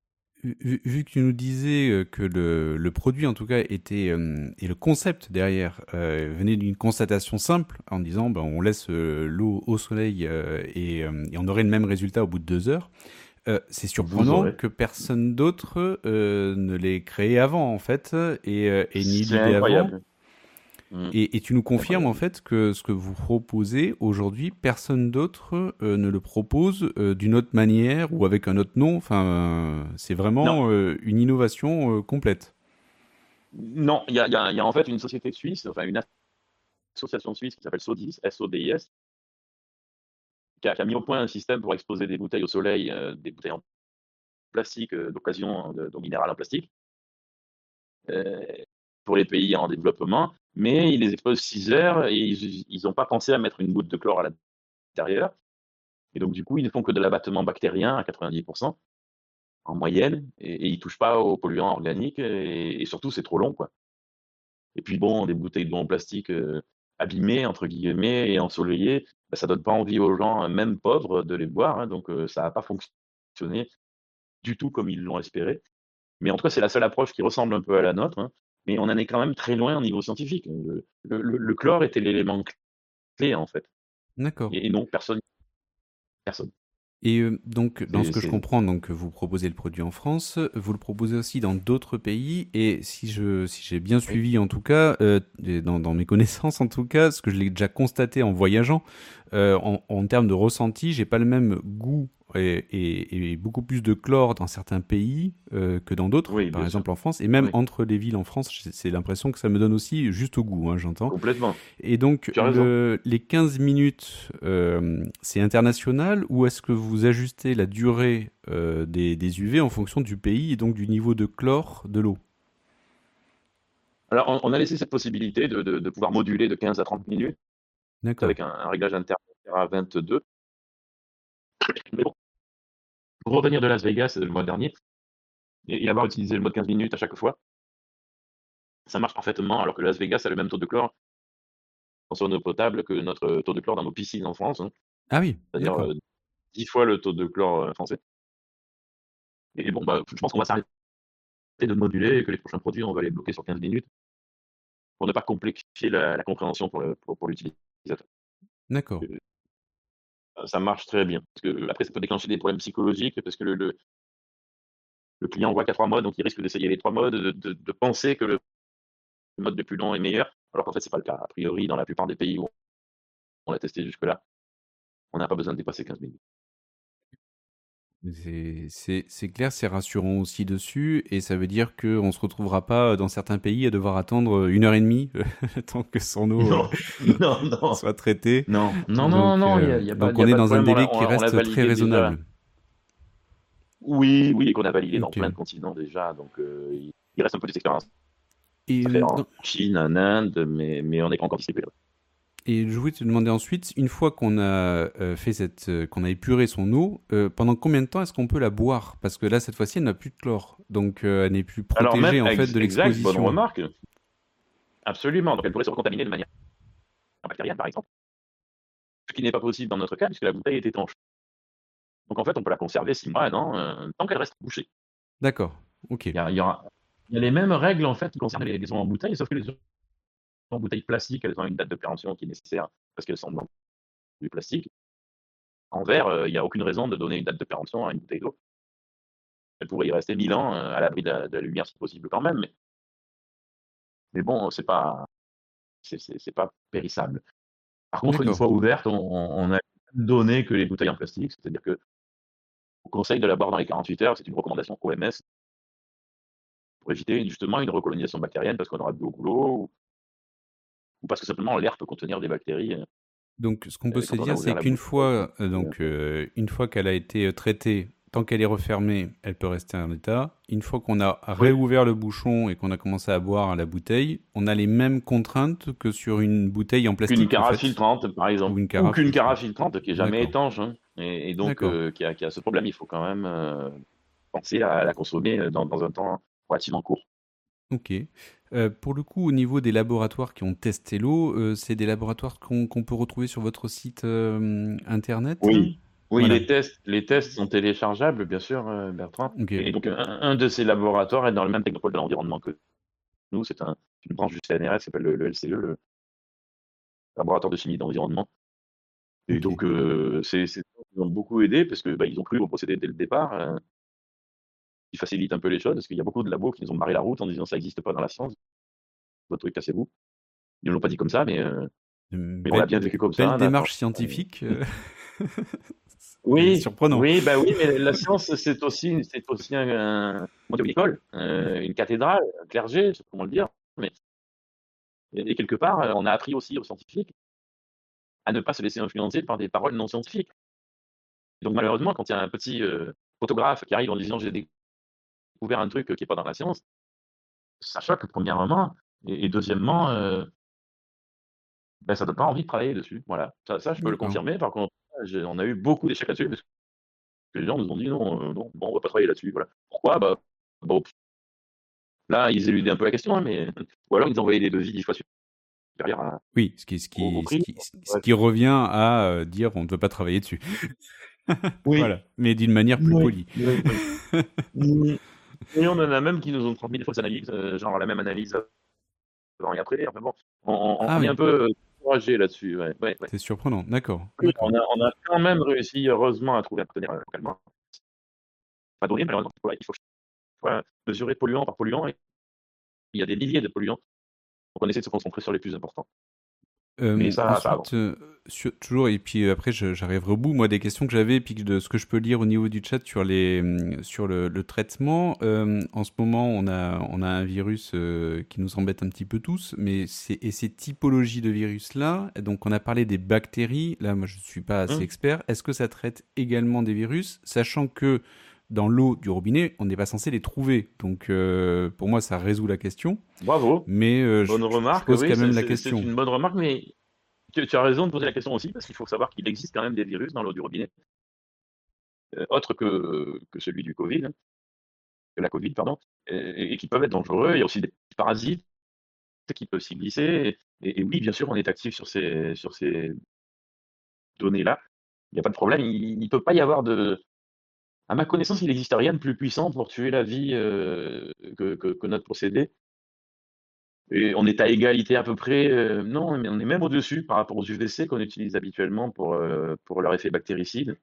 Vu, vu que tu nous disais euh, que le, le produit, en tout cas, était euh, et le concept derrière euh, venait d'une constatation simple, en disant ben, on laisse euh, l'eau au soleil euh, et, euh, et on aurait le même résultat au bout de deux heures. Euh, c'est Vous surprenant aurez. que personne d'autre euh, ne l'ait créé avant, en fait, et, euh, et ni eu C'est l'idée avant. incroyable. Mm, Et, et tu nous c'est confirmes en incroyable. fait que ce que vous proposez aujourd'hui, personne d'autre euh, ne le propose euh, d'une autre manière ou avec un autre nom. Enfin, euh, c'est Non, vraiment euh, une innovation euh, complète. non, il y a, il y a- il y a en fait une société suisse, enfin une association suisse qui s'appelle SODIS, S O D I S, qui a, qui a mis au point un système pour exposer des bouteilles au soleil, euh, des bouteilles en plastique euh, d'occasion, de, d'eau minérale en plastique, euh, pour les pays en développement, mais ils les exposent six heures et ils n'ont pas pensé à mettre une goutte de chlore à l'intérieur. Et donc, du coup, ils ne font que de l'abattement bactérien à quatre-vingt-dix pour cent en moyenne, et, et ils ne touchent pas aux polluants organiques, et, et surtout, c'est trop long, quoi. Et puis, bon, des bouteilles d'eau en plastique euh, abîmées, entre guillemets, et ensoleillées, ben, ça donne pas envie aux gens, même pauvres, de les boire, hein, donc euh, ça n'a pas fonctionné du tout comme ils l'ont espéré. Mais en tout cas, c'est la seule approche qui ressemble un peu à la nôtre, hein, mais on en est quand même très loin au niveau scientifique. Le, le- le- le chlore était l'élément clé, en fait. D'accord. Et, et non, personne, personne. Et euh, donc, dans C'est, ce que je c'est... comprends, donc vous proposez le produit en France, vous le proposez aussi dans d'autres pays. Et si je, si j'ai bien Oui, suivi, en tout cas, euh, et dans, dans mes connaissances, en tout cas, ce que je l'ai déjà constaté en voyageant, euh, en, en termes de ressenti, j'ai pas le même goût et, et- et beaucoup plus de chlore dans certains pays euh, que dans d'autres, oui, par bien sûr. exemple en France. Et même Oui, entre les villes en France, j'ai- c'est l'impression que ça me donne aussi juste au goût, hein, j'entends. complètement. Et donc, Tu as raison. le, les quinze minutes, euh, c'est international ou est-ce que vous ajustez la durée euh, des, des U V en fonction du pays et donc du niveau de chlore de l'eau? Alors, on, on a laissé cette possibilité de, de, de pouvoir moduler de quinze à trente minutes D'accord. avec un, un réglage intermédiaire à vingt-deux. Mais bon, pour revenir de Las Vegas euh, le mois dernier et, et avoir utilisé le mode quinze minutes à chaque fois, ça marche parfaitement, alors que Las Vegas a le même taux de chlore dans son eau potable que notre taux de chlore dans nos piscines en France, hein. Ah oui, C'est-à-dire d'accord. euh, dix fois le taux de chlore euh, français. Et bon, bah, je pense qu'on va s'arrêter de moduler et que les prochains produits, on va les bloquer sur quinze minutes pour ne pas complexifier la, la compréhension pour, le, pour, pour l'utilisateur. D'accord. Euh, Ça marche très bien. Parce que, après, ça peut déclencher des problèmes psychologiques parce que le, le, le client voit qu'il y a trois modes, donc il risque d'essayer les trois modes, de, de, de penser que le mode le plus long est meilleur, alors qu'en fait, c'est pas le cas. A priori, dans la plupart des pays où on l'a testé jusque-là, on n'a pas besoin de dépasser quinze minutes. C'est c'est- c'est clair, c'est rassurant aussi dessus, et ça veut dire qu'on ne se retrouvera pas dans certains pays à devoir attendre une heure et demie le temps que son eau euh, Non, non, non. soit traitée. Non, non, non, Donc, non, il n'y euh, a, y a pas, donc y a on est pas de dans un problème, on délai l'a, on qui l'a- on l'a reste très validé déjà. raisonnable. Oui, oui, et qu'on a validé dans Ok. plein de continents déjà, donc euh, il il reste un peu d'expérience Et, à euh, faire en dans- Chine, en Inde, mais, mais on n'est pas encore distribué. Et je voulais te demander ensuite, une fois qu'on a euh, fait cette, euh, qu'on a épuré son eau, euh, pendant combien de temps est-ce qu'on peut la boire? Parce que là, cette fois-ci, elle n'a plus de chlore, donc euh, elle n'est plus Alors même, protégée en fait ex- de exact, bonne l'exposition. remarque, absolument, donc elle pourrait se recontaminer de manière bactérienne par exemple, ce qui n'est pas possible dans notre cas puisque la bouteille est étanche. Donc en fait, on peut la conserver six mois, un an, euh, tant qu'elle reste bouchée. D'accord, ok. Il y a, il y aura, il y a les mêmes règles en fait qui concernent les, les eaux en bouteille, sauf que les eaux en bouteille plastique, elles ont une date de péremption qui est nécessaire parce qu'elles sont dans du plastique. En verre, euh, il n'y a aucune raison de donner une date de péremption à une bouteille d'eau. Elle pourrait y rester mille ans euh, à l'abri de, la- de la lumière si possible quand même, mais, mais bon, c'est pas, c'est, c'est, c'est pas périssable. Par contre, une D'accord. fois ouverte, on, on a donné que les bouteilles en plastique, c'est-à-dire que on conseille de la boire dans les quarante-huit heures, c'est une recommandation O M S pour éviter justement une recolonisation bactérienne parce qu'on aura de l'eau goulot ou, ou parce que simplement l'air peut contenir des bactéries euh, Donc, ce qu'on peut se quand on a dire, c'est ouvert la qu'une bouteille. fois, euh, Euh, donc, euh, une fois qu'elle a été euh, traitée, tant qu'elle est refermée, elle peut rester en état. Une fois qu'on a Oui, réouvert le bouchon et qu'on a commencé à boire la bouteille, on a les mêmes contraintes que sur une bouteille en qu'une plastique, en carafe fait, filtrante par ou exemple, une ou carafe qu'une filtrante. carafe filtrante qui est jamais D'accord, étanche, hein, et, et donc d'accord, euh, qui, a, qui a ce problème. Il faut quand même euh, penser à la consommer euh, dans, dans un temps relativement court. ok. Euh, pour le coup, au niveau des laboratoires qui ont testé l'eau, euh, c'est des laboratoires qu'on qu'on peut retrouver sur votre site euh, internet? Oui, oui, Voilà, les tests, les tests sont téléchargeables, bien sûr, euh, Bertrand. ok, Et donc, un, un de ces laboratoires est dans le même technopole de l'environnement que nous. C'est un, une branche du C N R S qui s'appelle le, le L C E, le laboratoire de chimie d'environnement. Et ok. donc, euh, c'est, c'est, ils ont beaucoup aidé parce que bah, ils ont cru au procédé dès le départ, euh, qui facilite un peu les choses, parce qu'il y a beaucoup de labos qui nous ont barré la route en disant ça n'existe pas dans la science, votre truc, cassez-vous. Ils ne l'ont pas dit comme ça, mais, euh, Une mais on l'a belle, bien vécu comme ça. belle On a- démarche euh, scientifique. euh, C'est Oui, surprenant. oui, bah oui, mais la science, c'est aussi, c'est aussi un, un, comment dire, une école, euh, une cathédrale, un clergé, je sais pas comment le dire, mais et quelque part, euh, on a appris aussi aux scientifiques à ne pas se laisser influencer par des paroles non scientifiques. Donc malheureusement, quand il y a un petit euh, photographe qui arrive en disant j'ai découvert un truc qui n'est pas dans la science, ça choque premièrement, et, et deuxièmement, euh, ben, ça donne pas envie de travailler dessus. Voilà, ça, ça je peux le D'accord. confirmer. Par contre, j'ai- on a eu beaucoup d'échecs là-dessus parce que les gens nous ont dit non, euh, non, bon, on va pas travailler là-dessus. Voilà. Pourquoi? Bah, bon, là, ils éludaient un peu la question, hein, mais ou alors ils envoyaient des devis dix fois supérieurs à- Oui, ce qui, ce au, au qui, ce prix. qui, ce Bref. qui revient à euh, dire on ne peut pas travailler dessus. Oui, Voilà, mais d'une manière plus oui, polie. oui, oui. Mm. Et on en a même qui nous ont transmis des fausses analyses, euh, genre la même analyse avant et après. Enfin bon, on, on- Ah on est oui, un peu trois G là-dessus. Ouais, ouais, ouais. C'est surprenant. D'accord, Oui, d'accord. on a, on a quand même réussi, heureusement, à trouver un partenaire localement. Pas donné, malheureusement. Ouais, il faut, faut mesurer polluant par polluant. Et il y a des milliers de polluants. Donc on essaie de se concentrer sur les plus importants. Mais Euh, ça, ça ensuite, avance. euh, sur- toujours, et puis euh, après, je- j'arriverai au bout, moi, des questions que j'avais, puis de ce que je peux lire au niveau du chat sur, les, hum, sur le, le traitement. Euh, en ce moment, on a, on a un virus euh, qui nous embête un petit peu tous, mais c'est, et ces typologies de virus-là, donc on a parlé des bactéries, là, moi, je ne suis pas assez Hum, expert. Est-ce que ça traite également des virus, sachant que dans l'eau du robinet, on n'est pas censé les trouver. Donc, euh, pour moi, ça résout la question, Bravo. mais euh, je, Bonne je remarque. pose Oui, quand c'est même la c'est- c'est question. une bonne remarque, mais tu, tu as raison de poser la question aussi, parce qu'il faut savoir qu'il existe quand même des virus dans l'eau du robinet, euh, autres que, que celui du Covid, hein, que la Covid, pardon, et, et qui peuvent être dangereux. Il y a aussi des parasites qui peuvent s'y glisser. Et, et oui, bien sûr, on est actif sur ces, sur ces données-là. Il n'y a pas de problème. Il ne peut pas y avoir de. À ma connaissance, il n'existe rien de plus puissant pour tuer la vie euh, que, que- que notre procédé. Et on est à égalité à peu près. Euh, non, mais on est même au-dessus par rapport aux U V C qu'on utilise habituellement pour, euh, pour leur effet bactéricide.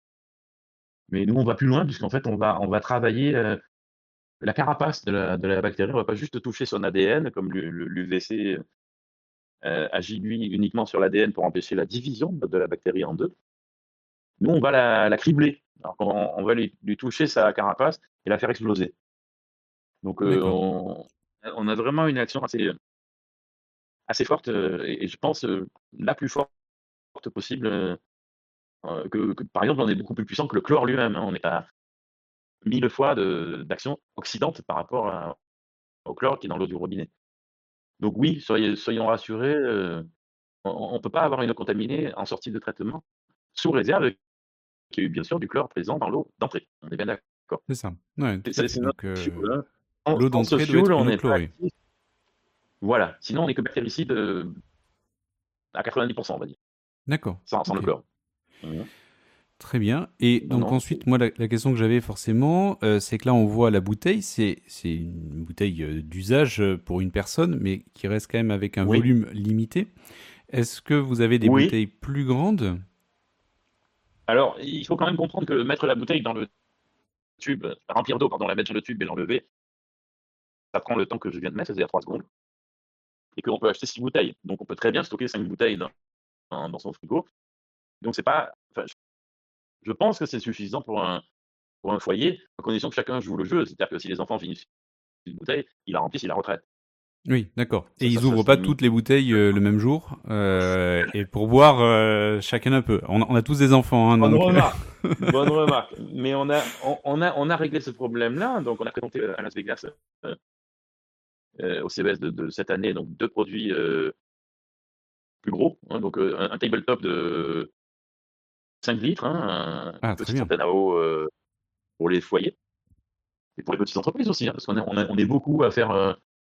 Mais nous, on va plus loin, puisqu'en fait, on va, on va travailler euh, la carapace de la, de la bactérie. On va pas juste toucher son A D N, comme l'U V C euh, agit lui uniquement sur l'A D N pour empêcher la division de la bactérie en deux. Nous, on va la, la cribler. Alors, on, on va lui, lui toucher sa carapace et la faire exploser. Donc, euh, D'accord. on, on a vraiment une action assez, assez forte, euh, et, et je pense euh, la plus forte possible. euh, euh, que, que, par exemple, on est beaucoup plus puissant que le chlore lui-même. Hein. On est à mille fois de- d'action oxydante par rapport à- au chlore qui est dans l'eau du robinet. Donc oui, soyez, soyons rassurés, euh, on ne peut pas avoir une eau contaminée en sortie de traitement, sous réserve qu'il y ait eu bien sûr du chlore présent dans l'eau d'entrée. On est bien d'accord. C'est ça. Ouais, tout à C'est fait. c'est notre Donc, euh, fuel. Hein. Sans, l'eau sans ce d'entrée doit fuel, être on une eau n'est pas chlorée. actif. Voilà. Sinon, on est que bactéricide euh, à quatre-vingt-dix pour cent, on va dire, D'accord. sans, sans le Ok. chlore. Mhm. Très bien. Et Non, donc non. ensuite, moi, la, la question que j'avais forcément, euh, c'est que là, on voit la bouteille, c'est c'est une bouteille euh, d'usage euh, pour une personne, mais qui reste quand même avec un Oui, volume limité. Est-ce que vous avez des oui. bouteilles plus grandes? Alors, il faut quand même comprendre que mettre la bouteille dans le tube, remplir d'eau, pardon, la mettre dans le tube et l'enlever, ça prend le temps que je viens de mettre, c'est-à-dire trois secondes, et qu'on peut acheter six bouteilles. Donc, on peut très bien stocker cinq bouteilles dans, dans, dans son frigo. Donc, c'est pas. Enfin, je pense que c'est suffisant pour un, pour un foyer, à condition que chacun joue le jeu. C'est-à-dire que si les enfants finissent une bouteille, il la remplit, il la retraite. Oui, d'accord. Et Ça, ça, ils ça ouvrent se pas limite. toutes les bouteilles euh, le même jour, euh, et pour boire euh, chacun un peu. On, a- on a tous des enfants, hein, Bonne donc. euh, remarque. Bonne remarque. Mais on a, on, on a, on a réglé ce problème-là. Donc, on a présenté à Las Vegas, euh, euh, au C E S de, de cette année, donc deux produits euh, plus gros. Hein, donc, euh, un, un tabletop de cinq litres, hein, un- Ah, une très petite bien. fontaine à eau euh, pour les foyers et pour les petites entreprises aussi, hein, parce qu'on est, on, a- on est beaucoup à faire, euh,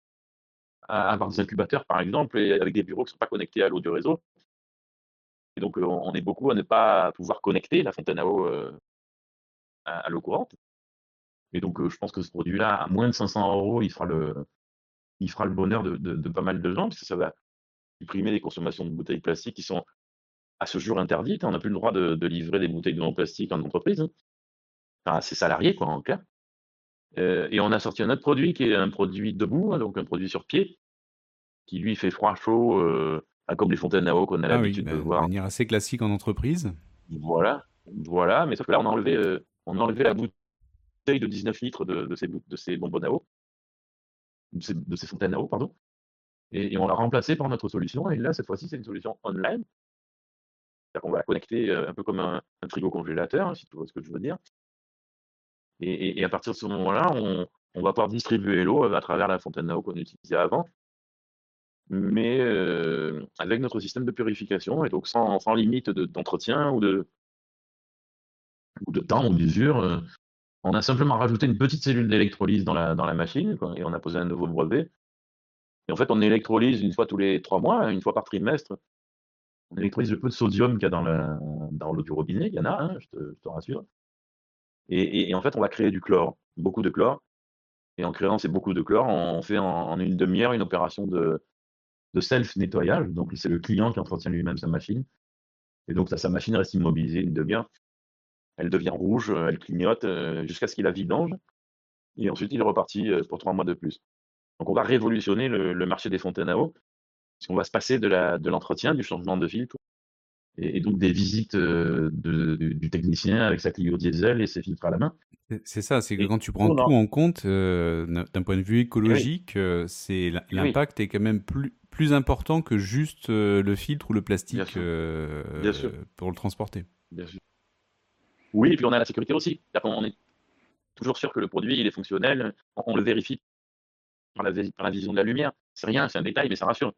à avoir des incubateurs, par exemple, et avec des bureaux qui ne sont pas connectés à l'eau du réseau. Et donc, euh, on est beaucoup à ne pas pouvoir connecter la fontaine à eau euh, à, à l'eau courante. Et donc, euh, je pense que ce produit-là, à moins de cinq cents euros, il fera le, il fera le bonheur de, de- de pas mal de gens, parce que ça va supprimer les consommations de bouteilles plastiques qui sont à ce jour interdites. On n'a plus le droit de, de livrer des bouteilles de non plastique en entreprise, hein. Enfin, à ses salariés, quoi, en clair. Euh, et on a sorti un autre produit qui est un produit debout, hein, donc un produit sur pied, qui lui fait froid chaud, euh, ah, comme les fontaines à eau qu'on a Ah oui, l'habitude de bah, de voir. manière assez classique en entreprise. Voilà, voilà. Mais sauf que là, on a enlevé, euh, on a enlevé la bouteille de dix-neuf litres de, de ces, bou- de ces bonbonnes à eau, de ces, de ces fontaines à eau, pardon. Et, et on l'a remplacé par notre solution. Et là, cette fois-ci, c'est une solution online. C'est-à-dire qu'on va la connecter euh, un peu comme un, un frigo congélateur, hein, si tu vois ce que je veux dire. Et, et- et à partir de ce moment-là, on, on va pouvoir distribuer l'eau euh, à travers la fontaine à eau qu'on utilisait avant, mais euh, avec notre système de purification, et donc sans, sans limite de- d'entretien ou de, ou de temps ou d'usure. euh, on a simplement rajouté une petite cellule d'électrolyse dans la, dans la machine, quoi, et on a posé un nouveau brevet. Et en fait, on électrolyse une fois tous les trois mois, une fois par trimestre. On électrolyse le peu de sodium qu'il y a dans la- dans l'eau du robinet, il y en a, hein, je te, je te rassure. Et, et- et en fait, on va créer du chlore, beaucoup de chlore. Et en créant ces beaucoup de chlore, on fait en, en une demi-heure une opération de, de self-nettoyage. Donc, c'est le client qui entretient lui-même sa machine. Et donc, ça, sa machine reste immobilisée une demi-heure. Elle devient rouge, euh, elle clignote euh, jusqu'à ce qu'il la vidange. Et ensuite, il est reparti euh, pour trois mois de plus. Donc, on va révolutionner le, le marché des fontaines à eau. Parce qu'on va se passer de la, de l'entretien, du changement de filtre, et, et donc des visites euh, de, du, du technicien avec sa Clio diesel et ses filtres à la main. C'est- C'est ça, c'est que Et quand tu prends on tout a- en compte, euh, n- d'un point de vue eh oui, écologique, euh, c'est l- eh oui, l'impact est quand même plus, plus important que juste euh, le filtre ou le bien plastique sûr, euh, bien sûr, pour le transporter. bien sûr. Oui, et puis on a la sécurité aussi. C'est-à-dire qu'on est toujours sûr que le produit il est fonctionnel, on, on le vérifie par la, vis- par la vision de la lumière. C'est rien, c'est un détail, mais ça rassure.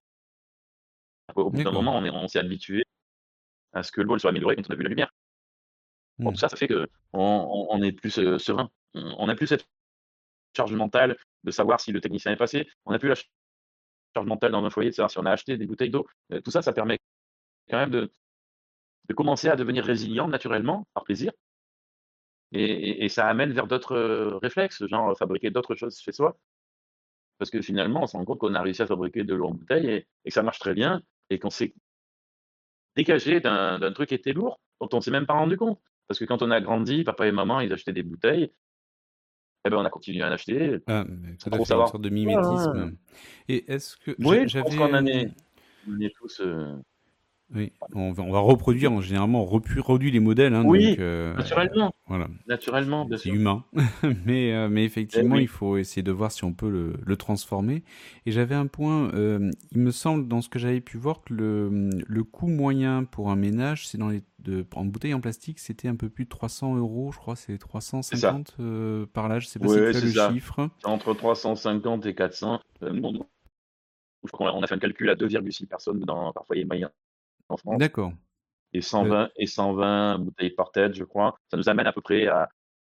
Au bout d'un D'accord. moment, on est- on s'est habitué à ce que le vol soit amélioré quand on a vu la lumière. Bon, Hmm. tout ça, ça fait que on, on- on est plus euh, serein. On on n'a plus cette charge mentale de savoir si le technicien est passé. On n'a plus la charge mentale dans un foyer de savoir si on a acheté des bouteilles d'eau. Euh, tout ça, ça permet quand même de, de commencer à devenir résilient naturellement, par plaisir. Et, et- et ça amène vers d'autres euh, réflexes, genre fabriquer d'autres choses chez soi. Parce que finalement, on se rend compte qu'on a réussi à fabriquer de l'eau en bouteille et, et que ça marche très bien et qu'on s'est dégagé d'un d'un truc qui était lourd, dont on ne s'est même pas rendu compte. Parce que quand on a grandi, papa et maman, ils achetaient des bouteilles, eh ben, on a continué à en acheter Ah, mais sans tout à trop fait, une savoir. sorte de Ouais, ouais, ouais. mimétisme. Et est-ce que j'a- Oui, je pense j'avais, qu'on en hum, est, on est tous. euh, oui, on va, on va reproduire, en généralement, on reproduit les modèles, hein, donc Oui, euh, naturellement, voilà, naturellement, c'est bien c'est sûr. humain. mais, euh, mais Eh effectivement, il oui, faut essayer de voir si on peut le, le transformer. Et j'avais un point, euh, il me semble, dans ce que j'avais pu voir, que le, le coût moyen pour un ménage, c'est dans les, de, en bouteille en plastique, c'était un peu plus de trois cents euros, je crois, c'est c'est ça. trois cent cinquante euh, par là, je sais pas si tu Oui, as c'est le ça. chiffre. C'est entre trois cent cinquante et quatre cents. Euh, bon, je crois qu'on a on a fait un calcul à deux virgule six personnes dans, par foyer moyen en France. D'accord. Et Euh, cent vingt, et cent vingt bouteilles par tête, je crois. Ça nous amène à peu près à,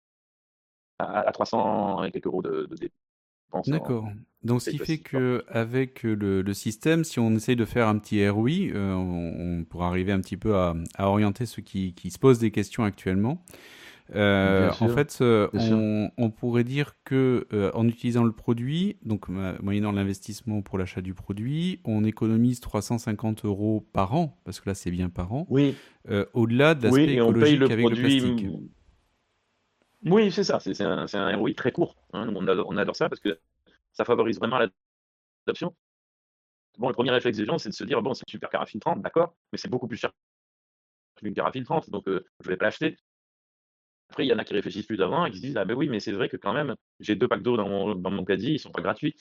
à, à trois cents et quelques euros de, de dépenses en D'accord. Donc, ce bouteilles qui fait plastiques, quoi. que avec le, le système, si on essaye de faire un petit R O I, euh, on, on pourra arriver un petit peu à, à orienter ceux qui, qui se posent des questions actuellement. Bien Euh, en sûr, fait, euh, bien sûr. on, on pourrait dire que euh, en utilisant le produit, donc ma- moyennant l'investissement pour l'achat du produit, on économise trois cent cinquante euros par an, parce que là c'est bien par an, Oui, euh, au-delà de oui, l'aspect et on paye écologique le avec le produit. plastique. mm, Oui, c'est ça. C'est c'est un, c'est un R O I très court, hein. On adore, on adore ça parce que ça favorise vraiment l'adoption. Bon, le premier réflexe des gens, c'est de se dire bon, c'est une super carafe filtrante, d'accord, mais c'est beaucoup plus cher qu'une carafe filtrante, donc euh, je vais pas l'acheter. Après, il y en a qui réfléchissent plus avant et qui se disent ah ben oui, mais c'est vrai que quand même, j'ai deux packs d'eau dans mon, dans mon caddie, ils sont pas gratuits.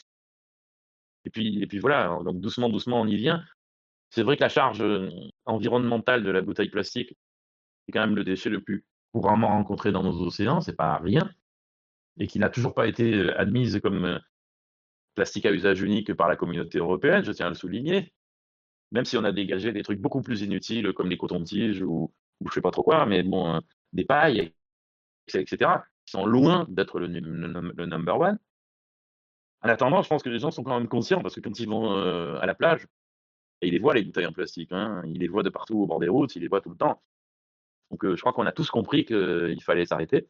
Et puis, et puis voilà, hein, donc doucement, doucement, on y vient. C'est vrai que la charge euh, environnementale de la bouteille plastique est quand même le déchet le plus couramment rencontré dans nos océans, c'est pas rien, et qui n'a toujours pas été euh, admise comme euh, plastique à usage unique par la communauté européenne, je tiens à le souligner, même si on a dégagé des trucs beaucoup plus inutiles comme les cotons-tiges ou, ou je sais pas trop quoi, mais bon, euh, des pailles, et cetera, qui sont loin d'être le, num- le num- le number one. En attendant, je pense que les gens sont quand même conscients parce que quand ils vont euh, à la plage, et ils les voient les bouteilles en plastique, hein, ils les voient de partout au bord des routes, ils les voient tout le temps. Donc euh, je crois qu'on a tous compris qu'il fallait s'arrêter.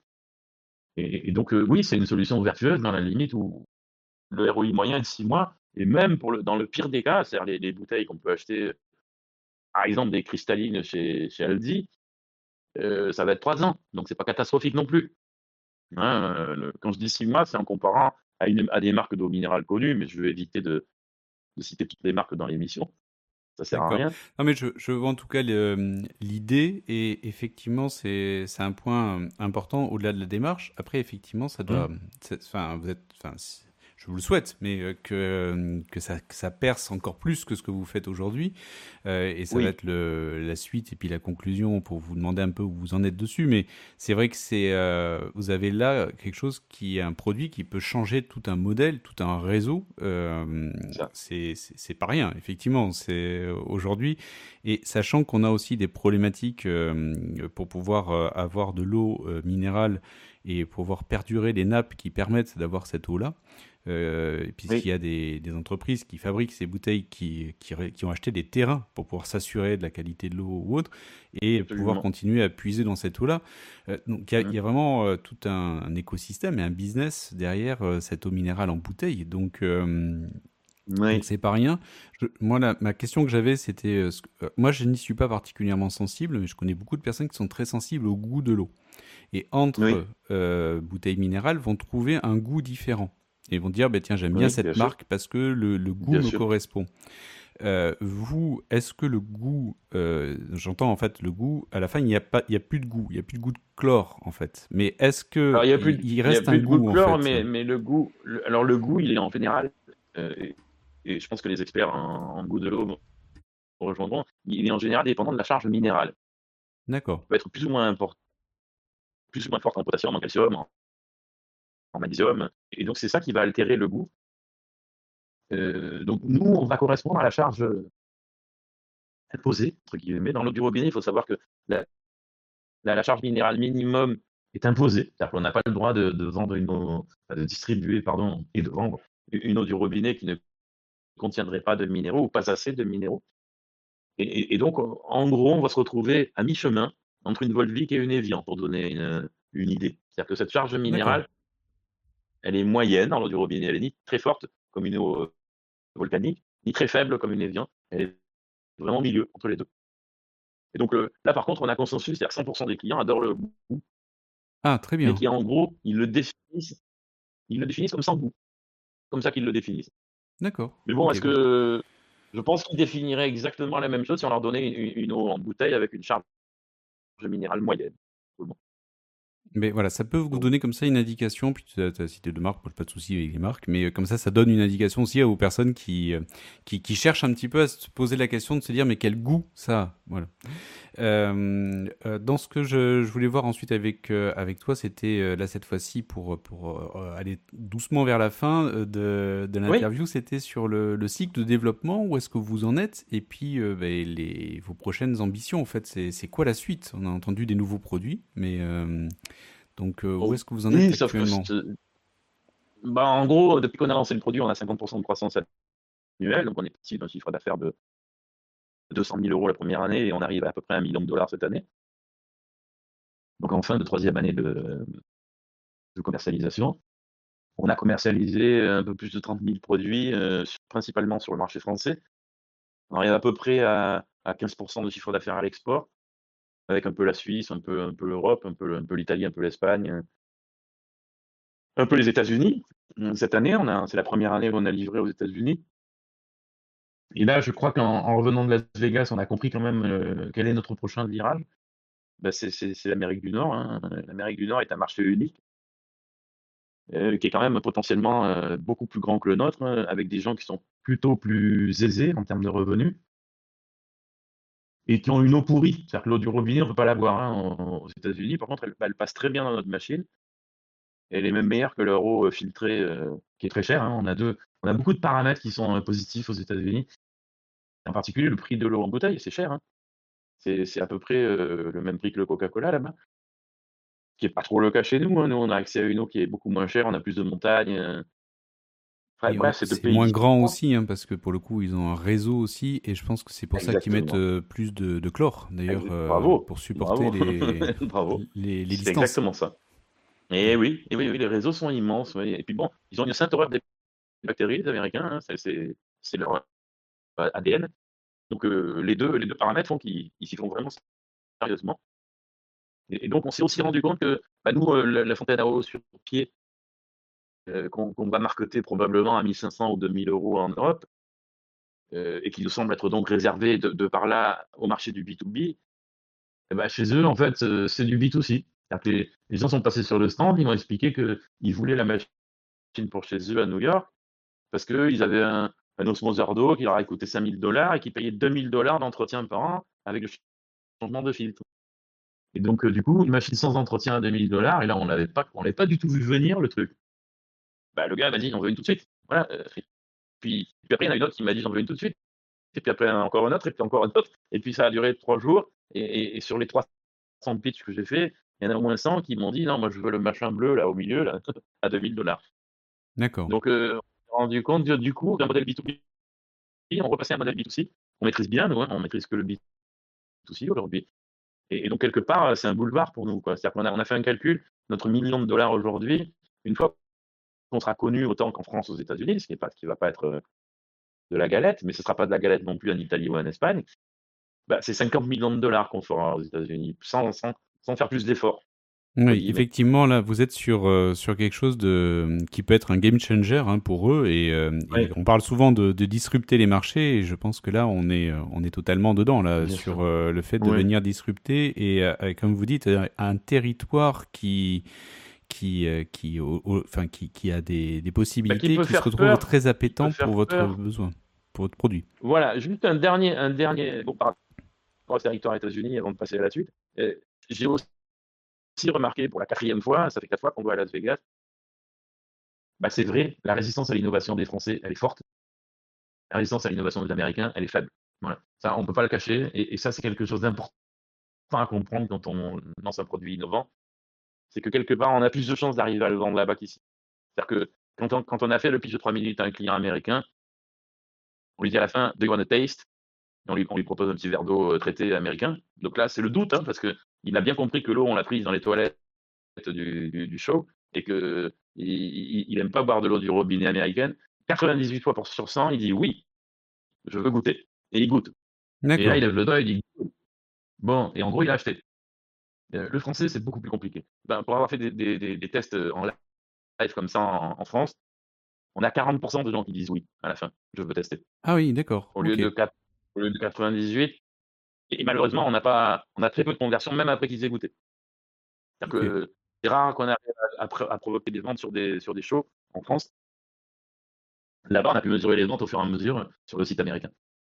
Et, et donc euh, oui, c'est une solution vertueuse dans la limite où le R O I moyen est de six mois. Et même pour le, dans le pire des cas, c'est-à-dire les, les bouteilles qu'on peut acheter, par exemple des cristallines chez, chez Aldi, euh, ça va être trois ans. Donc c'est pas catastrophique non plus. Hein, euh, le- quand je dis six mois, c'est en comparant à, une, à des marques d'eau minérale connues, mais je vais éviter de, de citer toutes les marques dans l'émission. Ça sert à D'accord. rien. Non, mais je, je vois en tout cas le- l'idée, et effectivement, c'est c'est un point euh, important au-delà de la démarche. Après, effectivement, ça Hum, doit. c'est- Enfin, vous êtes. Enfin, c'est- je vous le souhaite, mais euh, que, euh, que, ça, que ça perce encore plus que ce que vous faites aujourd'hui. Euh, et ça va Oui, être le, la suite et puis la conclusion pour vous demander un peu où vous en êtes dessus. Mais c'est vrai que c'est, euh, vous avez là quelque chose qui est un produit qui peut changer tout un modèle, tout un réseau. Euh, c'est ça. c'est c'est- c'est pas rien, effectivement. C'est euh, aujourd'hui. Et sachant qu'on a aussi des problématiques euh, pour pouvoir euh, avoir de l'eau euh, minérale et pouvoir perdurer les nappes qui permettent d'avoir cette eau-là. Euh, puisqu'il y Oui, a des, des entreprises qui fabriquent ces bouteilles qui, qui, ré- qui ont acheté des terrains pour pouvoir s'assurer de la qualité de l'eau ou autre et pouvoir absolument. continuer à puiser dans cette eau-là. Euh, donc il y a, il Hum, y a vraiment euh, tout un, un écosystème et un business derrière euh, cette eau minérale en bouteille. Donc euh, Donc Oui, c'est pas rien. Je- moi, la- ma question que j'avais, c'était, euh, ce que- euh, moi, je n'y suis pas particulièrement sensible, mais je connais beaucoup de personnes qui sont très sensibles au goût de l'eau. Et entre oui, euh, bouteilles minérales, vont trouver un goût différent. Et vont dire, bah, tiens, j'aime bien oui, bien cette sûr, marque parce que le, le goût bien me sûr. correspond. Euh, vous, est-ce que le goût, euh, j'entends en fait le goût, à la fin, il n'y a pas, il y a plus de goût, il n'y a plus de goût de chlore en fait. Mais est-ce Alors, que il y a plus il, de, il il y a reste un plus de goût de goût en chlore, fait? mais, mais le goût, le- alors le goût, il est en général, euh, et, et je pense que les experts en, en goût de l'eau me rejoindront, il est en général dépendant de la charge minérale. D'accord. Il peut être plus ou moins important, plus ou moins fort en potassium, en calcium, en, en magnésium, et donc c'est ça qui va altérer le goût. Euh, donc nous, on va correspondre à la charge imposée, entre guillemets. Dans l'eau du robinet, il faut savoir que la, la, la charge minérale minimum est imposée. C'est-à-dire qu'on n'a pas le droit de, de vendre une eau, enfin, de distribuer, pardon, et de vendre une eau du robinet qui ne contiendrait pas de minéraux ou pas assez de minéraux. Et, et, et donc, en gros, on va se retrouver à mi-chemin entre une Volvic et une Evian, pour donner une, une idée. C'est-à-dire que cette charge D'accord. minérale, elle est moyenne dans l'eau du robinet. Elle est ni très forte, comme une eau euh, volcanique, ni très faible, comme une Evian. Elle est vraiment au milieu, entre les deux. Et donc euh, là, par contre, on a consensus, c'est-à-dire cent pour cent des clients adorent le goût, Ah, très mais bien. qui en gros, ils le définissent, ils le définissent comme sans goût, comme ça qu'ils le définissent. D'accord. Mais bon, Ok. est-ce que je pense qu'ils définiraient exactement la même chose si on leur donnait une, une eau en bouteille avec une charge minérale moyenne? Bon. Mais voilà, ça peut vous Donc, donner comme ça une indication, puis tu as, as cité deux marques, moi, pas de souci avec les marques, mais euh, comme ça, ça donne une indication aussi aux personnes qui, euh, qui, qui cherchent un petit peu à se poser la question de se dire, mais quel goût ça a. Voilà. Euh, euh, dans ce que je, je voulais voir ensuite avec, euh, avec toi, c'était euh, là cette fois-ci pour, pour euh, aller doucement vers la fin euh, de, de oui, l'interview, c'était sur le, le cycle de développement, où est-ce que vous en êtes, et puis euh, ben, les, vos prochaines ambitions, en fait, c'est c'est quoi la suite? On a entendu des nouveaux produits, mais euh, donc euh, où oh, est-ce que vous en êtes oui, sauf que actuellement? c'est- bah, en gros, depuis qu'on a lancé le produit, on a cinquante pour cent de croissance annuelle, donc on est parti d'un chiffre d'affaires de deux cent mille euros la première année et on arrive à à peu près un million de dollars cette année. Donc en fin de troisième année de, de commercialisation. On a commercialisé un peu plus de trente mille produits, euh, principalement sur le marché français. On arrive à peu près à, à quinze pour cent de chiffre d'affaires à l'export, avec un peu la Suisse, un peu, un peu l'Europe, un peu, un peu l'Italie, un peu l'Espagne, un peu les États-Unis. Cette année, on a, c'est la première année où on a livré aux États-Unis. Et là, je crois qu'en en revenant de Las Vegas, on a compris quand même euh, quel est notre prochain virage. Ben, c'est c'est- c'est l'Amérique du Nord, hein. L'Amérique du Nord est un marché unique, euh, qui est quand même potentiellement euh, beaucoup plus grand que le nôtre, hein, avec des gens qui sont plutôt plus aisés en termes de revenus et qui ont une eau pourrie. C'est-à-dire que l'eau du robinet, on ne peut pas la boire, hein, en- aux États-Unis. Par contre, elle, elle passe très bien dans notre machine. Elle est même meilleure que leur eau euh, filtrée, euh, qui est très chère, hein. On a deux, on a beaucoup de paramètres qui sont euh, positifs aux États-Unis. En particulier, le prix de l'eau en bouteille, c'est cher, hein. C'est c'est à peu près euh, le même prix que le Coca-Cola là-bas, qui est pas trop le cas chez nous, hein. Nous, on a accès à une eau qui est beaucoup moins chère, on a plus de montagnes. euh. Enfin, Et on- bref, c'est deux c'est pays moins grand différents. aussi, hein, parce que pour le coup, ils ont un réseau aussi, et je pense que c'est pour ça qu'ils mettent Exactement. euh, plus de, de chlore, d'ailleurs, Ex- euh, Bravo, pour supporter bravo, les, bravo. les, les C'est distances. exactement ça. Et Ouais. oui, et oui, oui, les réseaux sont immenses. Oui. Et puis bon, ils ont une sainte horreur des bactéries, les Américains, hein, c'est c'est- c'est leur euh, A D N. Donc euh, les deux, les deux paramètres font qu'ils ils s'y font vraiment sérieusement. Et, et donc on s'est aussi rendu compte que bah, nous, euh, la, la fontaine à eau sur pied, euh, qu'on qu'on va marketer probablement à mille cinq cents ou deux mille euros en Europe, euh, et qui nous semble être donc réservée de, de par là au marché du B deux B, eh ben, chez eux, en fait, euh, c'est du B deux C. C'est-à-dire que les, les gens sont passés sur le stand, ils m'ont expliqué qu'ils voulaient la machine pour chez eux à New York, parce qu'ils avaient un, un osmoseur d'eau qui leur a coûté cinq mille dollars et qui payait deux mille dollars d'entretien par an avec le changement de filtre. Et donc, euh, du coup, une machine sans entretien à deux mille dollars, et là, on l'avait pas, on l'avait pas du tout vu venir, le truc. Bah, le gars m'a dit, j'en veux une tout de suite. Voilà. euh, puis, puis après, il y en a une autre qui m'a dit, j'en veux une tout de suite. Et puis après, encore une autre, et puis encore une autre. Et puis, ça a duré trois jours. Et, et, et sur les trois cents pitchs que j'ai fait, il y en a au moins cent qui m'ont dit, non, moi, je veux le machin bleu, là, au milieu, là, à deux mille dollars. D'accord. Donc, euh, on s'est rendu compte, du coup, d'un modèle B deux B, on repassait à un modèle B deux C. On maîtrise bien, nous, hein, on maîtrise que le B deux C aujourd'hui. Et, et donc, quelque part, c'est un boulevard pour nous, quoi. C'est-à-dire qu'on a, on a fait un calcul, notre million de dollars aujourd'hui, une fois qu'on sera connu autant qu'en France, aux États-Unis, ce qui ne va pas être de la galette, mais ce ne sera pas de la galette non plus en Italie ou en Espagne. Bah, c'est cinquante millions de dollars qu'on fera aux États-Unis, sans, sans, sans faire plus d'efforts. Oui, effectivement, là, vous êtes sur, euh, sur quelque chose de, qui peut être un game changer hein, pour eux. Et, euh, Ouais. et on parle souvent de, de disrupter les marchés. Et je pense que là, on est, on est totalement dedans là, Bien sur sûr. euh, le fait de Ouais. venir disrupter. Et euh, comme vous dites, euh, un territoire qui, qui, euh, qui, au- au- enfin, qui, qui a des, des Bah, possibilités, qui peut qui se faire retrouve peur, très qui peut appétant faire pour votre peur. besoin, pour votre produit. Voilà, juste un dernier, un dernier bon, par rapport au territoire États-Unis, avant de passer à la suite. Euh, J'ai aussi remarqué pour la quatrième fois, ça fait quatre fois qu'on va à Las Vegas, bah, c'est vrai, la résistance à l'innovation des Français, elle est forte. La résistance à l'innovation des Américains, elle est faible. Voilà. Ça, on ne peut pas le cacher. Et, et ça, c'est quelque chose d'important à comprendre quand on lance un produit innovant. C'est que quelque part, on a plus de chances d'arriver à le vendre là-bas qu'ici. C'est-à-dire que quand on, quand on a fait le pitch de trois minutes à un client américain, on lui dit à la fin, do you want a taste? Et on lui, on lui propose un petit verre d'eau euh, traité américain. Donc là, c'est le doute, hein, parce qu'il a bien compris que l'eau, on l'a prise dans les toilettes du, du, du show et qu'il il n'aime pas boire de l'eau du robinet américaine. quatre-vingt-dix-huit fois pour sur cent, il dit oui, je veux goûter. Et il goûte. Et là, D'accord. il lève le doigt et il dit bon, et en gros, il a acheté. Euh, Le français, c'est beaucoup plus compliqué. Ben, pour avoir fait des, des- des- des tests en live comme ça en, en France, on a quarante pour cent de gens qui disent oui à la fin, je veux tester. Ah oui, d'accord. Au lieu Ok. de, quatre- au lieu de quatre-vingt-dix-huit. Et malheureusement, on n'a pas, on a très peu de conversions, même après qu'ils aient goûté. C'est-à-dire Ok. que c'est rare qu'on arrive à, à pr- à provoquer des ventes sur des, sur des shows en France. Là-bas, on a pu mesurer les ventes au fur et à mesure sur le site américain.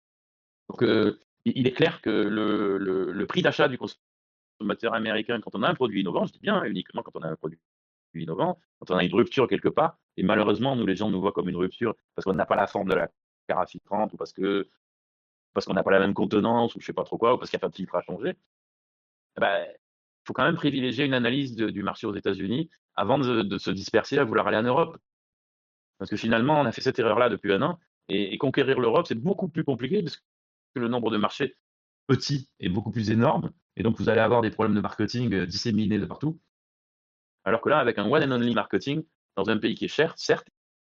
Donc, euh, il il est clair que le, le- le prix d'achat du consommateur américain, quand on a un produit innovant, je dis bien uniquement quand on a un produit innovant, quand on a une rupture quelque part, et malheureusement, nous, les gens nous voient comme une rupture parce qu'on n'a pas la forme de la carafe filtrante, ou parce que parce qu'on n'a pas la même contenance, ou je sais pas trop quoi, ou parce qu'il n'y a pas de filtre à changer. Eh ben, faut quand même privilégier une analyse de- du marché aux États-Unis avant de, de se disperser à vouloir aller en Europe. Parce que finalement, on a fait cette erreur-là depuis un an, et, et conquérir l'Europe, c'est beaucoup plus compliqué parce que le nombre de marchés petits est beaucoup plus énorme, et donc vous allez avoir des problèmes de marketing euh, disséminés de partout. Alors que là, avec un one and only marketing, dans un pays qui est cher, certes,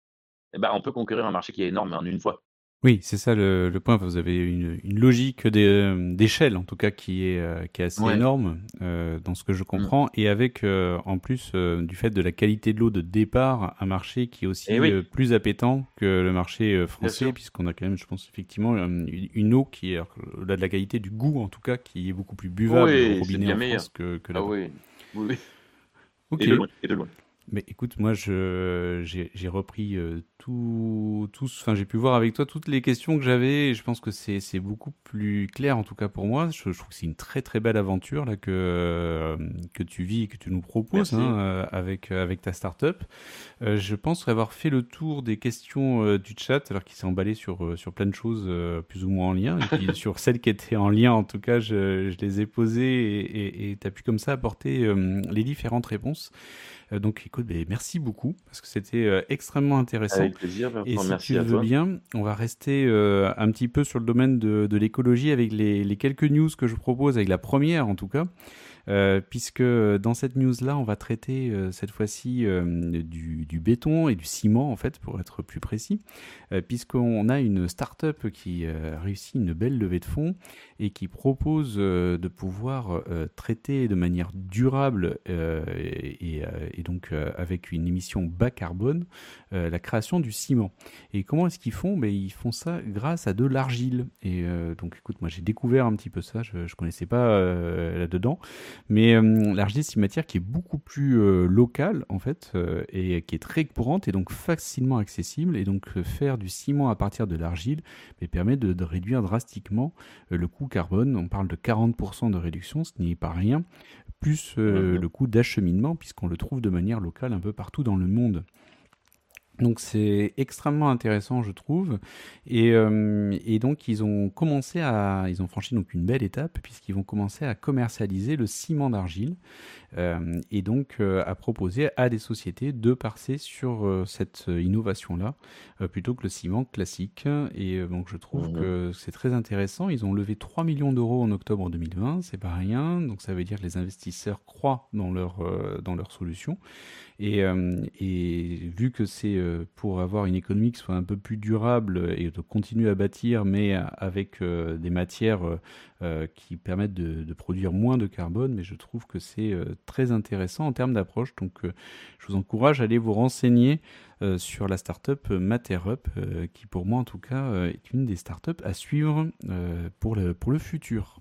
eh ben, on peut conquérir un marché qui est énorme en une fois. Oui, c'est ça le, le point. Vous avez une, une logique d'é- euh, d'échelle, en tout cas, qui est, euh, qui est assez Ouais. énorme euh, dans ce que je Mm. comprends. Et avec, euh, en plus, euh, du fait de la qualité de l'eau de départ, un marché qui est aussi Eh oui. euh, plus appétant que le marché euh, français, sûr. puisqu'on a quand même, je pense, effectivement, euh, une, une eau qui est, au-delà de la qualité, du goût, en tout cas, qui est beaucoup plus buvable Oui, au c'est robinet bien en meilleur. France que, que Ah là-bas. oui. Oui, oui. Ok. Et de loin, et de loin. Mais écoute, moi, je, j'ai, j'ai repris euh, tout, tout, enfin, j'ai pu voir avec toi toutes les questions que j'avais. Et je pense que c'est, c'est beaucoup plus clair, en tout cas pour moi. Je, je trouve que c'est une très très belle aventure là que euh, que tu vis et que tu nous proposes Merci. hein, euh, avec avec ta startup. Euh, je pense avoir fait le tour des questions euh, du chat, alors qu'il s'est emballé sur euh, sur plein de choses euh, plus ou moins en lien. Et puis sur celles qui étaient en lien, en tout cas, je, je les ai posées et tu as pu comme ça apporter euh, les différentes réponses. Euh, donc écoute, ben, merci beaucoup parce que c'était euh, extrêmement intéressant. Avec plaisir, Et Bertrand, si merci tu à le veux toi. bien, on va rester euh, un petit peu sur le domaine de, de l'écologie avec les, les quelques news que je propose, avec la première en tout cas. Euh, puisque dans cette news-là, on va traiter euh, cette fois-ci euh, du, du béton et du ciment, en fait, pour être plus précis, euh, puisqu'on a une start-up qui euh, a réussi une belle levée de fonds et qui propose euh, de pouvoir euh, traiter de manière durable euh, et, et, et donc euh, avec une émission bas carbone euh, la création du ciment. Et comment est-ce qu'ils font? Ben, ils font ça grâce à de l'argile. Et euh, donc, écoute, moi j'ai découvert un petit peu ça, je ne connaissais pas euh, là-dedans. Mais euh, l'argile, c'est une matière qui est beaucoup plus euh, locale, en fait, euh, et qui est très courante et donc facilement accessible. Et donc, euh, faire du ciment à partir de l'argile mais, permet de, de réduire drastiquement euh, le coût carbone. On parle de quarante pour cent de réduction, ce n'est pas rien, plus euh, Mhm. le coût d'acheminement, puisqu'on le trouve de manière locale un peu partout dans le monde. Donc c'est extrêmement intéressant, je trouve, et, euh, et donc ils ont commencé à, ils ont franchi donc une belle étape puisqu'ils vont commencer à commercialiser le ciment d'argile euh, et donc euh, à proposer à des sociétés de passer sur euh, cette innovation-là euh, plutôt que le ciment classique. Et euh, donc je trouve Mhm. que c'est très intéressant. Ils ont levé trois millions d'euros en octobre deux mille vingt, c'est pas rien. Donc ça veut dire que les investisseurs croient dans leur euh, dans leur solution. Et, euh, et vu que c'est euh, pour avoir une économie qui soit un peu plus durable et de continuer à bâtir, mais avec euh, des matières euh, euh, qui permettent de, de produire moins de carbone. Mais je trouve que c'est euh, très intéressant en termes d'approche. Donc, euh, je vous encourage à aller vous renseigner euh, sur la startup Matter-Up, euh, qui pour moi en tout cas euh, est une des startups à suivre euh, pour le, pour le futur.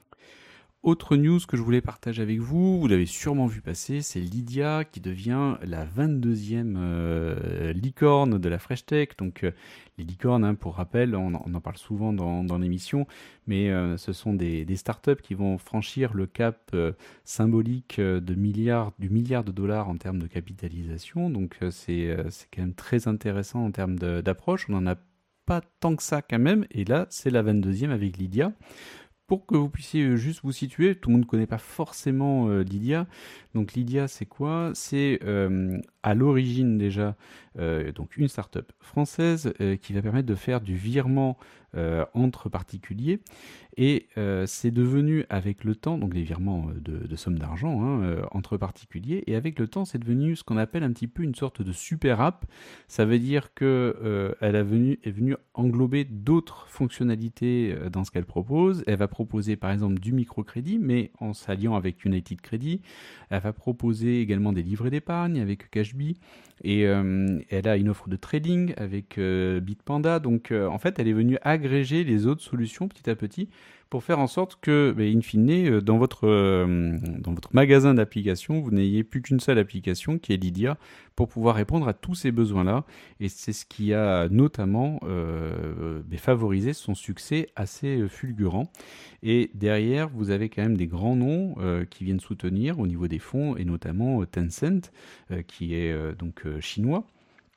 Autre news que je voulais partager avec vous, vous l'avez sûrement vu passer, c'est Lydia qui devient la vingt-deuxième euh, licorne de la Fresh Tech. Donc euh, les licornes, hein, pour rappel, on, on en parle souvent dans, dans l'émission, mais euh, ce sont des, des startups qui vont franchir le cap euh, symbolique de milliards, du milliard de dollars en termes de capitalisation. Donc euh, c'est, euh, c'est quand même très intéressant en termes de, d'approche. On n'en a pas tant que ça quand même, et là c'est la vingt-deuxième avec Lydia. Pour que vous puissiez juste vous situer, tout le monde ne connaît pas forcément euh, Lydia. Donc Lydia, c'est quoi ? C'est euh, à l'origine déjà euh, donc une start-up française euh, qui va permettre de faire du virement euh, entre particuliers. Et euh, c'est devenu avec le temps, donc les virements de, de sommes d'argent hein, euh, entre particuliers, et avec le temps, c'est devenu ce qu'on appelle un petit peu une sorte de super app. Ça veut dire qu'elle euh, est venue est venue englober d'autres fonctionnalités euh, dans ce qu'elle propose. Elle va proposer par exemple du microcrédit, mais en s'alliant avec United Credit. Elle va proposer également des livrets d'épargne avec Cashbee. Et euh, elle a une offre de trading avec euh, Bitpanda. Donc euh, en fait, elle est venue agréger les autres solutions petit à petit pour faire en sorte que, bah, in fine, dans votre, euh, dans votre magasin d'applications, vous n'ayez plus qu'une seule application qui est Lydia pour pouvoir répondre à tous ces besoins-là. Et c'est ce qui a notamment euh, bah, favorisé son succès assez fulgurant. Et derrière, vous avez quand même des grands noms euh, qui viennent soutenir au niveau des fonds, et notamment euh, Tencent, euh, qui est euh, donc euh, chinois.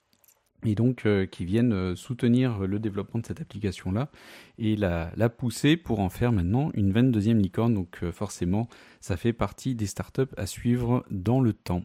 Et donc euh, qui viennent euh, soutenir le développement de cette application-là et la, la pousser pour en faire maintenant une vingt-deuxième licorne. Donc euh, forcément, ça fait partie des startups à suivre dans le temps.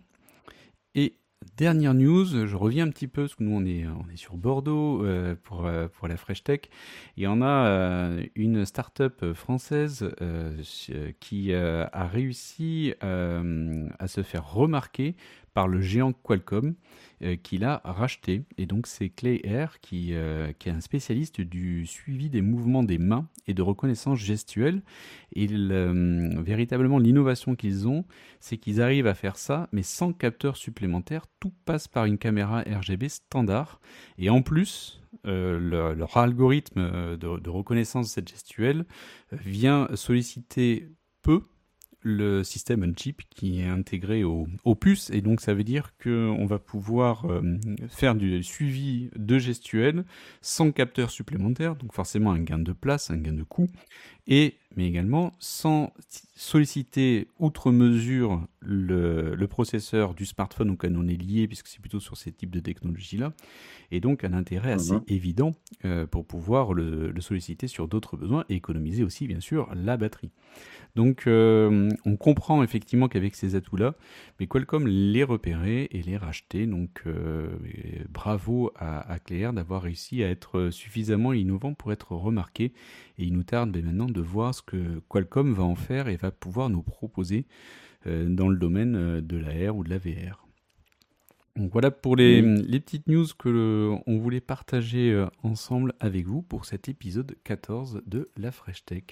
Et dernière news, je reviens un petit peu, parce que nous on est, on est sur Bordeaux euh, pour, euh, pour la Fresh Tech, et on a euh, une startup française euh, qui euh, a réussi euh, à se faire remarquer par le géant Qualcomm, euh, qui l'a racheté. Et donc c'est ClayAir qui, euh, qui est un spécialiste du suivi des mouvements des mains et de reconnaissance gestuelle. Et le, véritablement l'innovation qu'ils ont, c'est qu'ils arrivent à faire ça, mais sans capteur supplémentaire. Tout passe par une caméra R G B standard. Et en plus, euh, le, leur algorithme de, de reconnaissance de cette gestuelle vient solliciter peu le système on-chip qui est intégré au, au puces, et donc ça veut dire qu'on va pouvoir euh, faire du suivi de gestuelle sans capteur supplémentaire, donc forcément un gain de place, un gain de coût, et, mais également sans solliciter outre mesure le, le processeur du smartphone auquel on est lié, puisque c'est plutôt sur ces types de technologies-là, et donc un intérêt assez mmh. évident euh, pour pouvoir le, le solliciter sur d'autres besoins, et économiser aussi bien sûr la batterie. Donc euh, on comprend effectivement qu'avec ces atouts-là, mais Qualcomm les repérer et les racheter. Donc euh, bravo à, à ClayAir d'avoir réussi à être suffisamment innovant pour être remarqué. Et il nous tarde ben, maintenant de voir ce que Qualcomm va en faire et va pouvoir nous proposer euh, dans le domaine de l'A R ou de la V R. Donc voilà pour les, oui. les petites news que le, on voulait partager euh, ensemble avec vous pour cet épisode quatorze de la Fresh Tech.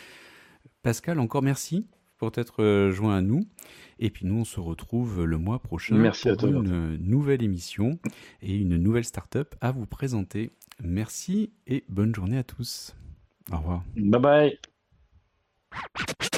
Pascal, encore merci pour t'être joint à nous. Et puis nous, on se retrouve le mois prochain merci pour une nouvelle émission et une nouvelle start-up à vous présenter. Merci et bonne journée à tous. Au revoir. Bye bye.